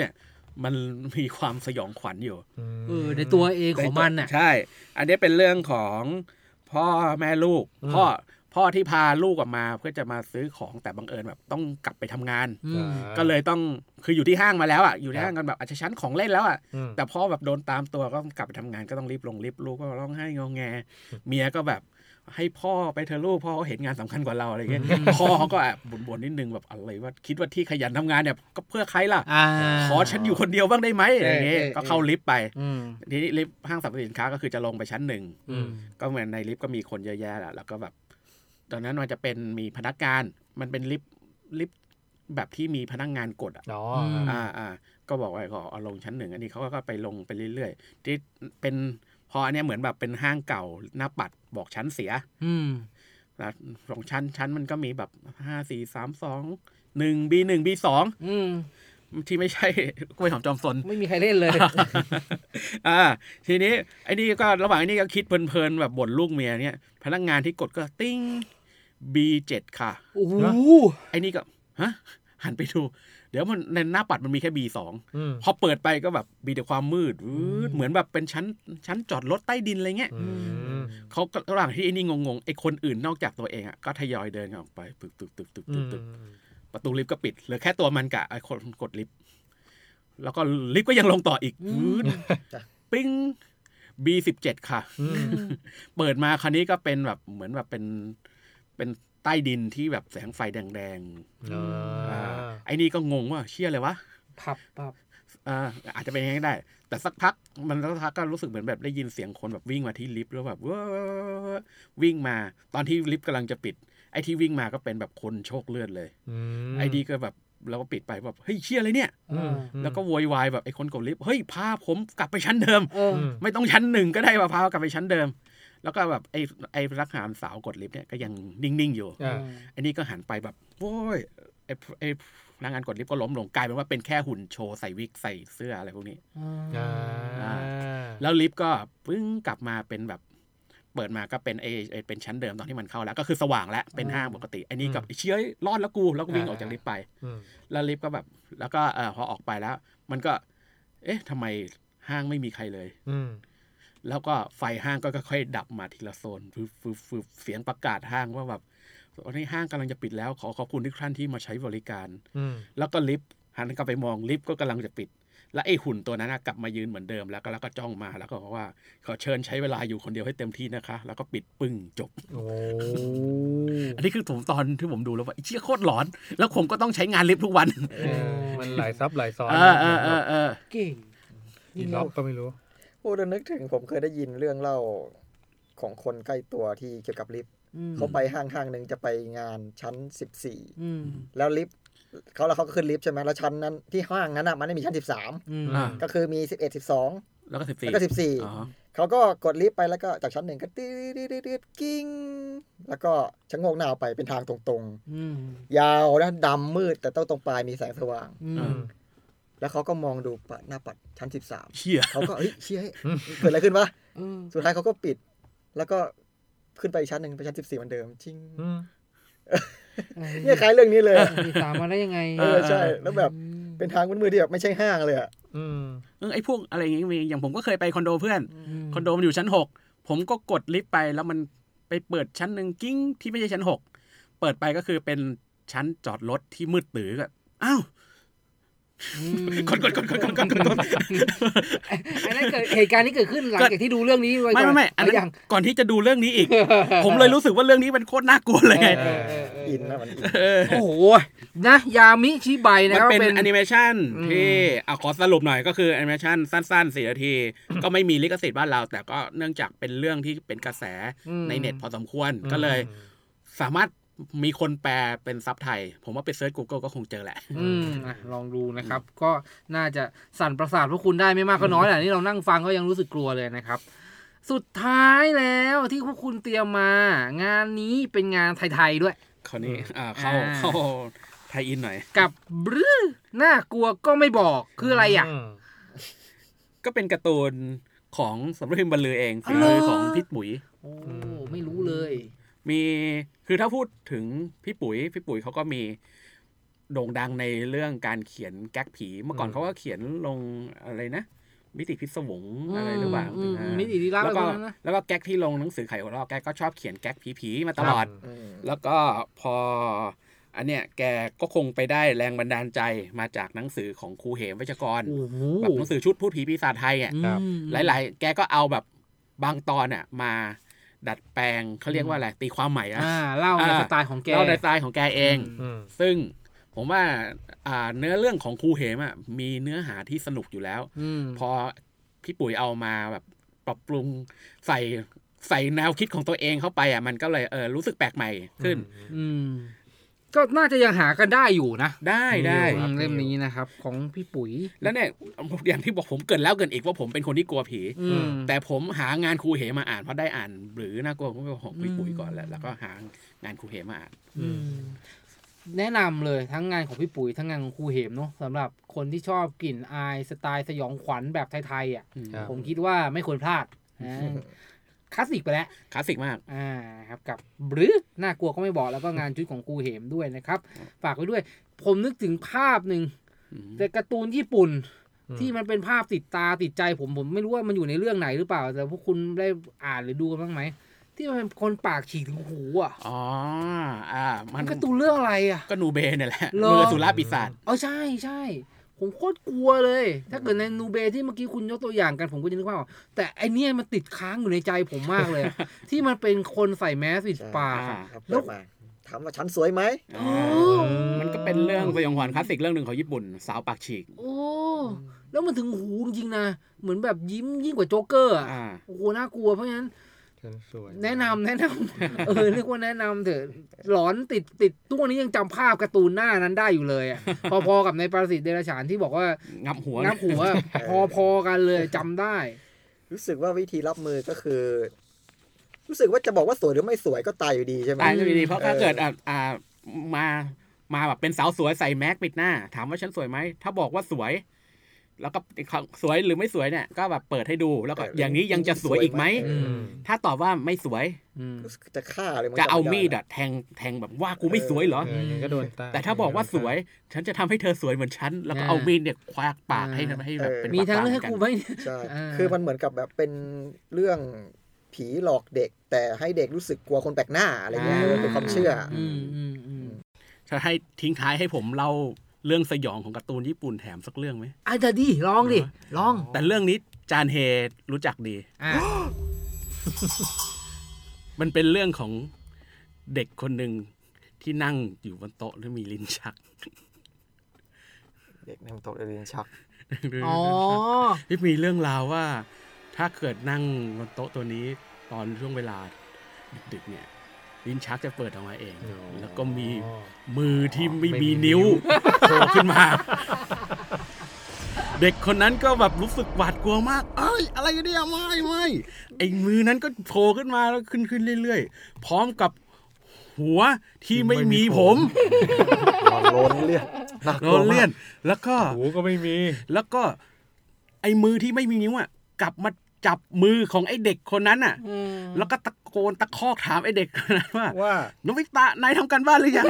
มันมีความสยองขวัญอยู่
เออในตัวเองของมันน่ะ
ใช่อันนี้เป็นเรื่องของพ่อแม่ลูกพ่อพ่อที่พาลูกออกมาเพื่อจะมาซื้อของแต่บังเอิญแบบต้องกลับไปทำงานก็เลยต้องคืออยู่ที่ห้างมาแล้วอ่ะอยู่ที่ห้างกันแบบอาจจะชั้นของเล่นแล้วอ่ะแต่พ่อแบบโดนตามตัวก็กลับไปทำงานก็ต้องรีบลงลิฟต์ลูกก็ร้องไห้งอแงเมียก็แบบให้พ่อไปเธอลูกพ่อเขาเห็นงานสำคัญกว่าเราอะไรเงี้ยพ่อเขาก็แอบบ่นๆนิดนึงแบบอะไรว่าคิดว่าที่ขยันทำงานเนี่ยก็เพื่อใครล่ะขอฉันอยู่คนเดียวบ้างได้ไหมอะไรเงี้ยก็เข้าลิฟต์ไปทีนี้ลิฟต์ห้างสรรพสินค้าก็คือจะลงไปชั้นหนึ่งก็เหมือนในลิฟต์ก็มีคนเยอะแยะแหละแล้วก็แบบตอนนั้นมันจะเป็นมีพนักงานมันเป็นลิฟต์ลิฟต์แบบที่มีพนักงานกดอ่ะอ๋ออ่าอ่าก็บอกว่าขอเอาลงชั้นหนึ่งอันนี้เขาก็ไปลงไปเรื่อยๆที่เป็นพออันนี้เหมือนแบบเป็นห้างเก่าหน้าปัดบอกชั้นเสียอืมแล้วสองชั้นชั้นมันก็มีแบบห้าสี่สามสองหนึ่งบีหนึ่งบีสองอืมที่ไม่ใช่กล้วยหอมจอมสน
ไม่มีใครเล่นเลย
อ่าทีนี้ไอ้นี่ก็ระหว่างนี้ก็คิดเพลินๆแบบบ่นลูกเมียเนี่ยพนักงานที่กดก็ติ้ง บี เจ็ด ค่ะ
โอ้โห
ไอ้นี่ก็ฮะหันไปดูเดี๋ยวมันในหน้าปัดมันมีแค่ บี สอง พอเปิดไปก็แบบมีแต่ความมืดเหมือนแบบเป็นชั้นชั้นจอดรถใต้ดินอะไรเงี้ยเขาระหว่างที่ไอ้นี่งงๆไอ้คนอื่นนอกจากตัวเองอ่ะก็ทยอยเดินออกไปตึกตึกตึกตึกตึกตึกประตูลิฟต์ก็ปิดเหลือแค่ตัวมันกับไอ้คนกดลิฟต์แล้วก็ลิฟต์ก็ยังลงต่ออีกปิ้ง บี สิบเจ็ด ค่ะเปิดมาคราวนี้ก็เป็นแบบเหมือนแบบเป็นเป็นใต้ดินที่แบบแสงไฟแดงๆอ่าไอ้นี่ก็งงว่าเชี่ยอะไรวะ
พับพับ
อ่าอาจจะเป็นอย่างนี้ได้แต่สักพักมันสักพักก็รู้สึกเหมือนแบบได้ยินเสียงคนแบบวิ่งมาที่ลิฟต์แล้วแบบว้าวิ่งมาตอนที่ลิฟต์กำลังจะปิดไอ้ที่วิ่งมาก็เป็นแบบคนโชคเลือดเลยไอ้ดีก็แบบแล้วก็ปิดไปแบบเฮ้ยเชี่ยอะไรเนี่ยแล้วก็โวยวายแบบไอ้คนกดลิฟต์เฮ้ยพาผมกลับไปชั้นเดิมไม่ต้องชั้นหนึ่งก็ได้ว่าพากลับไปชั้นเดิมแล้วก็แบบไอ้ไอ้พนักงานสาวกดลิฟต์เนี่ยก็ยังนิ่งๆอยู่ไอ้นี่ก็หันไปแบบโว้ยไอ้ไอ้พนักงานกดลิฟต์ก็ล้มลงกลายเป็นว่าเป็นแค่หุ่นโชว์ใส่วิกใส่เสื้ออะไรพวกนี้แล้วลิฟต์ก็ปึ้งกลับมาเป็นแบบเปิดมาก็เป็นไอ้เป็นชั้นเดิมตอนที่มันเข้าแล้วก็คือสว่างแล้วเป็นห้างปกติไอ้นี่กับไอ้เชี่ยรอดแล้วกูแล้วก็วิ่งออกจากลิฟต์ไปแล้วลิฟต์ก็แบบแล้วก็เออพอออกไปแล้วมันก็เอ๊ะทำไมห้างไม่มีใครเลยแล้วก็ไฟห้างก็ค่อยๆดับมาทีละโซนฟึบๆเสียงประกาศห้างว่าแบบตอนนี้ห้างกำลังจะปิดแล้วขอขอบคุณทุกท่านที่มาใช้บริการแล้วก็ลิฟต์หันกลับไปมองลิฟต์ก็กำลังจะปิดแล้วไอ้หุ่นตัวนั้นกลับมายืนเหมือนเดิมแล้วก็แล้วก็จ้องมาแล้วก็บอกว่าขอเชิญใช้เวลาอยู่คนเดียวให้เต็มที่นะคะแล้วก็ปิดปึ้งจบโอ้อันนี้คือผมตอนที่ผมดูแล้วว่าไอ้เชี่ยโคตรหลอนแล้วผมก็ต้องใช้งานลิฟต์ทุกวัน
มันหลายซับหลายซ้อน
เออเออเออเออ
เก่ง
นี่ล็อกก็ไม่รู้
โอ้เดี๋ยวนึกถึงผมเคยได้ยินเรื่องเล่าของคนใกล้ตัวที่เกี่ยวกับลิฟต์เขาไปห้างห้างนึงจะไปงานชั้นสิบสี่แล้วลิฟต์เขาแล้วเขาก็ขึ้นลิฟต์ใช่ไหมแล้วชั้นนั้นที่ห้างนั้นอ่ะมันไม่มีชั้นสิบสามก็คือมีสิบเอ็ด สิบสอง
แล้วก็สิบสี่
แล้วก็สิบสี่เขาก็กดลิฟต์ไปแล้วก็จากชั้นหนึ่งก็ตีดๆๆกิ้งแล้วก็ชะโงกหน้าไปเป็นทางตรงๆยาวนะดำมืดแต่ต้องตรงปลายมีแสงสว่างแล้วเขาก็มองดูหน้าปัดชั้นสิบสาม
เชี่ย
เขาก็เฮ้ยเชี่ยเกิดอะไรขึ้นวะสุดท้ายเขาก็ปิดแล้วก็ขึ้นไปชั้นหนึ่งไปชั้นสิบสี่เหมือนเดิมจริงเนี่ยคล้ายเรื่องนี้เลย
มีสามมาได้ยังไง
เออใช่แล้วแบบเป็นทางมืดๆที่แบบไม่ใช่ห้างเลยอ่ะ
อืมเออไอ้พวกอะไรอย่างงี้มีอย่างผมก็เคยไปคอนโดเพื่อนคอนโดมันอยู่ชั้นหกผมก็กดลิฟต์ไปแล้วมันไปเปิดชั้นนึงกิ้งที่ไม่ใช่ชั้นหกเปิดไปก็คือเป็นชั้นจอดรถที่มืดตื้อก็อ้าวกดกดกดกดกดกดกด
อันนั้นเกิดเหตุการณ์นี้เกิดขึ้นหลังจากที่ดูเรื่องนี้
ไว้ไม่ไม่ไม่อันนั้นก่อนที่จะดูเรื่องนี้อีกผมเลยรู้สึกว่าเรื่องนี้มันโคตรน่ากลัวเลยไง
อินนะมัน
โอ้โหนะยามิชิไบนะ
มันเป็นแอนิเมชันที่เอาขอสรุปหน่อยก็คือแอนิเมชันสั้นๆสี่นาทีก็ไม่มีลิขสิทธิ์บ้านเราแต่ก็เนื่องจากเป็นเรื่องที่เป็นกระแสในเน็ตพอสมควรก็เลยสามารถมีคนแปลเป็นซับไทยผมว่าไปเซิร์ช Google ก็คงเจอแหละ
อืมอ่ะลองดูนะครับก็น่าจะสั่นประสาทพวกคุณได้ไม่มากก็น้อยแหละนี่เรานั่งฟังก็ยังรู้สึกกลัวเลยนะครับสุดท้ายแล้วที่พวกคุณเตรียมมางานนี้เป็นงานไทยๆด้วย
คราวนี้อ่าเข้าเข้าไทยอินหน่อย
กับบรื้อน่ากลัวก็ไม่บอกคืออะไรอ่ะ
ก็เป็นการ์ตูนของสำนักพิมพ์บรรลือเองฝีมือของพี่ปุ๋ย
โอ้ไม่รู้เลย
มีคือถ้าพูดถึงพี่ปุ๋ยพี่ปุ๋ยเขาก็มีโด่งดังในเรื่องการเขียนแก๊กผีเมื่อก่อนเขาก็เขียนลงอะไรนะมิติพิศวงอะไรหรือเปล่า
มิติลี้ลับ
แล้วก็แล้วก็แก๊กที่ลงหนังสือไขหัวเราะแกก็ชอบเขียนแก๊กผีๆมาตลอดแล้วก็พออันเนี้ยแกก็คงไปได้แรงบันดาลใจมาจากหนังสือของครูเหมวัชกรแบบหนังสือชุดพูดผีปีศาจไทยอ่ะหลายๆแกก็เอาแบบบางตอนอ่ะมาดัดแปลงเขาเรียกว่าอะไรตีความใหม่อ่ะ
เล่าในสไตล์ของแก
เล่าในสไตล์ของแกเองซึ่งผมว่าอ่าเนื้อเรื่องของครูเหมอ่ะมีเนื้อหาที่สนุกอยู่แล้วพอพี่ปุ๋ยเอามาแบบปรับปรุงใส่ใส่แนวคิดของตัวเองเข้าไปอ่ะมันก็เลยเออรู้สึกแปลกใหม่ขึ้น
ก็น่าจะยังหากันได้อยู่นะ
ได้ได้
เล่มนี้นะครับของพี่ปุ๋ย
แล้วเนี่ยอย่างที่บอกผมเกิดแล้วเกิดอีกว่าผมเป็นคนที่กลัวผีแต่ผมหางานครูเหมาอ่านเพราะได้อ่านหรือน่ากลัวผมก็ของพี่ปุ๋ยก่อนแล้วแล้วก็หางานครูเหมาอ่าน
แนะนำเลยทั้งงานของพี่ปุ๋ยทั้งงานของครูเหมเนาะสำหรับคนที่ชอบกลิ่นอายสไตล์สยองขวัญแบบไทยๆอ่ะผมคิดว่าไม่ควรพลาดคลาสสิกไปแล้ว
คลาสสิกมาก
อ่าครับกับหรือน่ากลัวก็ไม่บอกแล้วก็งานชุดของครูเหมด้วยนะครับฝากไว้ด้วยผมนึกถึงภาพหนึ่งแต่การ์ตูนญี่ปุ่นที่มันเป็นภาพติดตาติดใจผมผมไม่รู้ว่ามันอยู่ในเรื่องไหนหรือเปล่าแต่พวกคุณได้อ่านหรือดูกันบ้างไหมที่มันเป็นคนปากฉีกถึงหูอ่ะ
อ๋ออ่า
มันการ์ตูนเรื่องอะไรอ่ะ
ก็นูเบเนี่ยแหละมือสุราปีศาจ
อ๋อใช่ใช่ผมโคตรกลัวเลยถ้าเกิดในนูเบที่เมื่อกี้คุณยกตัวอย่างกันผมก็จะนึกว่าแต่ไอเนี้ยมันติดค้างอยู่ในใจผมมากเลย ที่มันเป็นคนใส่แมสปิดปาก
แล้วถามว่าฉันสวยไหม
มันก็เป็นเรื่องสยองขวัญคลาสสิกเรื่องหนึ่งของญี่ปุ่นสาวปากฉีก
โอ้แล้วมันถึงหูจริงๆนะเหมือนแบบยิ้มยิ่งกว่าโจ๊กเกอร์อ่ะโอ้โหน่ากลัวเพราะฉะนั้นแนะนำแนะนำเออเรียกว่าแนะนำเถอะหลอนติดติดทุกวันนี้ยังจำภาพการ์ตูนหน้านั้นได้อยู่เลยอ่ะพอๆกับในปรสิตเดรัจฉานที่บอกว่า
งับหัว
งับหัวพอๆกันเลยจำได้
รู้สึกว่าวิธีรับมือก็คือรู้สึกว่าจะบอกว่าสวยหรือไม่สวยก็ตายอยู่ดีใช่ไหม
ตายอยู่ดีเพราะถ้าเกิดอ่าอ่ามามาแบบเป็นสาวสวยใส่แมสปิดหน้าถามว่าฉันสวยไหมถ้าบอกว่าสวยแล้วก็สวยหรือไม่สวยเนี่ยก็แบบเปิดให้ดูแล้วก็อย่างนี้ยังจะสวยอีกไหมถ้าตอบว่าไม่สวย
จะฆ่าเลย
จะเอามีดอะแทงแทงแบบว่ากูไม่สวยเหรอ
ก็โดน
แต่ถ้าบอกว่าสวยฉันจะทำให้เธอสวยเหมือนฉันแล้วก็เอามีดเนี่ยควักปากให้ให้แบบเป็น
มีทั้งเรื่องให้กูไหม
ใช่คือมันเหมือนกับแบบเป็นเรื่องผีหลอกเด็กแต่ให้เด็กรู้สึกกลัวคนแปลกหน้าอะไรเงี้ยเป็นความเชื่อ
จะให้ทิ้งท้ายให้ผมเล่าเรื่องสยองของการ์ตูนญี่ปุ่นแถมสักเรื่องไหม
อ่ะจะดีลองดิลอง
แต่เรื่องนี้จานเฮรู้จักดีมันเป็นเรื่องของเด็กคนหนึ่งที่นั่งอยู่บนโต๊ะแล้วมีลิ้นชัก
เด็กนั่งโต๊ะแล้วลิ้นชัก
อ๋อ
ที่มีเรื่องราวว่าถ้าเกิดนั่งบนโต๊ะตัวนี้ตอนช่วงเวลาดึกๆเนี่ยลิ้นชักจะเปิดออกมาเองแล้วก็มีมือที่ไม่มีนิ้วโผล่ขึ้นมาเด็กคนนั้นก็แบบรู้สึกหวาดกลัวมากเอ้ยอะไรกันเนี่ยไม่ไม่ไอ้มือนั้นก็โผล่ขึ้นมาแล้วขึ้นขึ้นเรื่อยๆพร้อมกับหัวที่ไม่มีผม
โล้นเลี่ยน
โล้นเลี่ยนแล้วก็
หูก็ไม่มี
แล้วก็ไอ้มือที่ไม่มีนิ้วอ่ะกลับมาจับมือของไอ้เด็กคนนั้นน่ะแล้วก็ตะโกนตะคอกถามไอ้เด็กคนนั้นว่า
ว่า
โนบิตะนายทำกันบ้านหรือยัง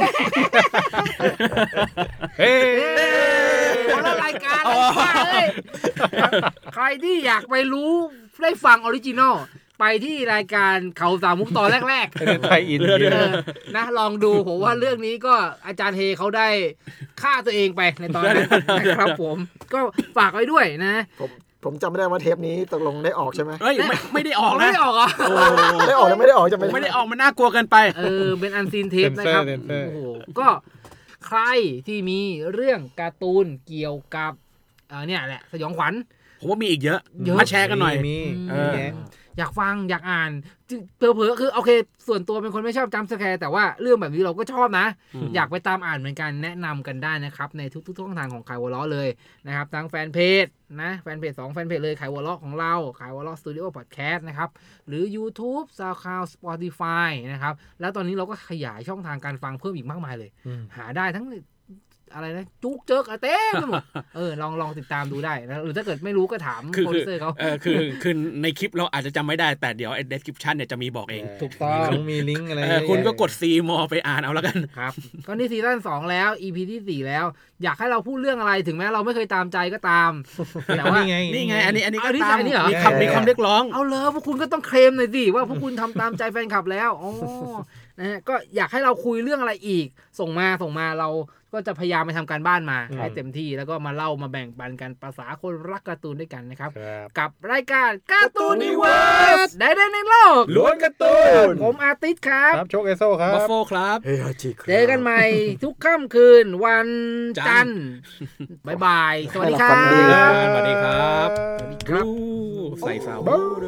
เฮ้คนละรายการเลยใครที่อยากไปรู้ได้ฟังออริจินอลไปที่รายการเขาสามมุกตอนแรก
ๆไทยอิน
นะลองดูผมว่าเรื่องนี้ก็อาจารย์เฮเขาได้ฆ่าตัวเองไปในตอนนั้นนะครับผมก็ฝากไว้ด้วยนะ
ผมผมจำไม่ได้ว่าเทปนี้ตกลงได้ออกใช่ไหม
เฮ้ยไม่ไม่ได้ออกนะ
ไม่ได้ออกอ่ะ
ได้ออกแล้วไม่ได้ออกจะไม่
ไม่ได้ออกมันน่ากลัวกันไป
เออเป็นอันซีนเทปนะครับโอ้โหก็ใครที่มีเรื่องการ์ตูนเกี่ยวกับเออเนี่ยแหละสยองขวัญ
ผมว่ามีอีกเยอะมาแชร์กันหน่อย
มี
อยากฟังอยากอ่านเผลอๆคือโอเคส่วนตัวเป็นคนไม่ชอบจัมป์สแคร์แต่ว่าเรื่องแบบนี้เราก็ชอบนะอยากไปตามอ่านเหมือนกันแนะนำกันได้นะครับในทุกๆช่องทางของขายวอลล์เลยนะครับทั้งแฟนเพจนะแฟนเพจสองแฟนเพจเลยขายวอลล์ของเราขายวอลล์สตูดิโอพอดแคสต์นะครับหรือ YouTube SoundCloud Spotify นะครับแล้วตอนนี้เราก็ขยายช่องทางการฟังเพิ่มอีกมากมายเลยหาได้ทั้งอะไรนะจุกเจิกอะเต้ไปหมดเออลองลองติดตามดูได้นะหรือถ้าเกิดไม่รู้ก็ถามโปรดิวเซอร์เขา
เออคือคือในคลิปเราอาจจะจำไม่ได้แต่เดี๋ยวไอ้ description เนี่ยจะมีบอกเอง
ถูกต้อง
มีลิงก์อะไร
คุณก็กด ซี มอ ไปอ่านเอาแล้วกัน
ครับก็นี่ซีซั่นสองแล้ว อี พี ที่สี่แล้วอยากให้เราพูดเรื่องอะไรถึงแม้เราไม่เคยตามใจก็ตามแต่ว่า
นี่ไงอันนี้อันนี้ก็
ตาม
มีคำมีคำเรียกร้อง
เอาเลยพวกคุณก็ต้องเคลมหน่อยสิว่าพวกคุณทำตามใจแฟนคลับแล้วอ๋อนะฮะก็อยากให้เราคุยเรื่องอะไรอีกส่งมาส่งมาเราก็จะพยายามไปทำการบ้านมาให้เต็มที่แล้วก็มาเล่ามาแบ่งปันกันภาษาคนรักการ์ตูนด้วยกันนะครับกับรายการการ์ตูนนิเวิร์สได้ได้ในโลก
ล้วนการ์ตูน
ผมอาร์ติสครับ
ครับโชคเอโซครับ
บัฟโฟครับ
เจอกันใหม่ทุกค่ำคืนวันจันทร์บ๊ายบายสวัสดีครับ
สวัสดีครับใส่สาว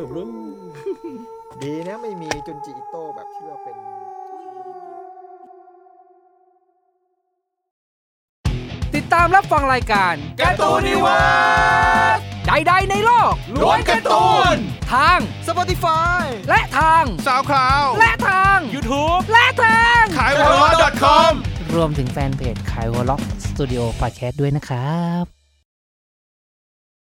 ดีนะไม่มีจุนจิอิโต้แบบที่ว่าเป็น
ติดตามรับฟังรายการ
การ์ตูนนิเวิร์ส
ใดๆในโลก
ล้วนการ์ตูน
ทาง
Spotify
และทาง
SoundCloud
และทาง
YouTube
และทาง
ขายหัวเราะ .com
รวมถึงแฟนเพจขายหัวเราะสตูดิโอพอดแคสต์ด้วยนะครับ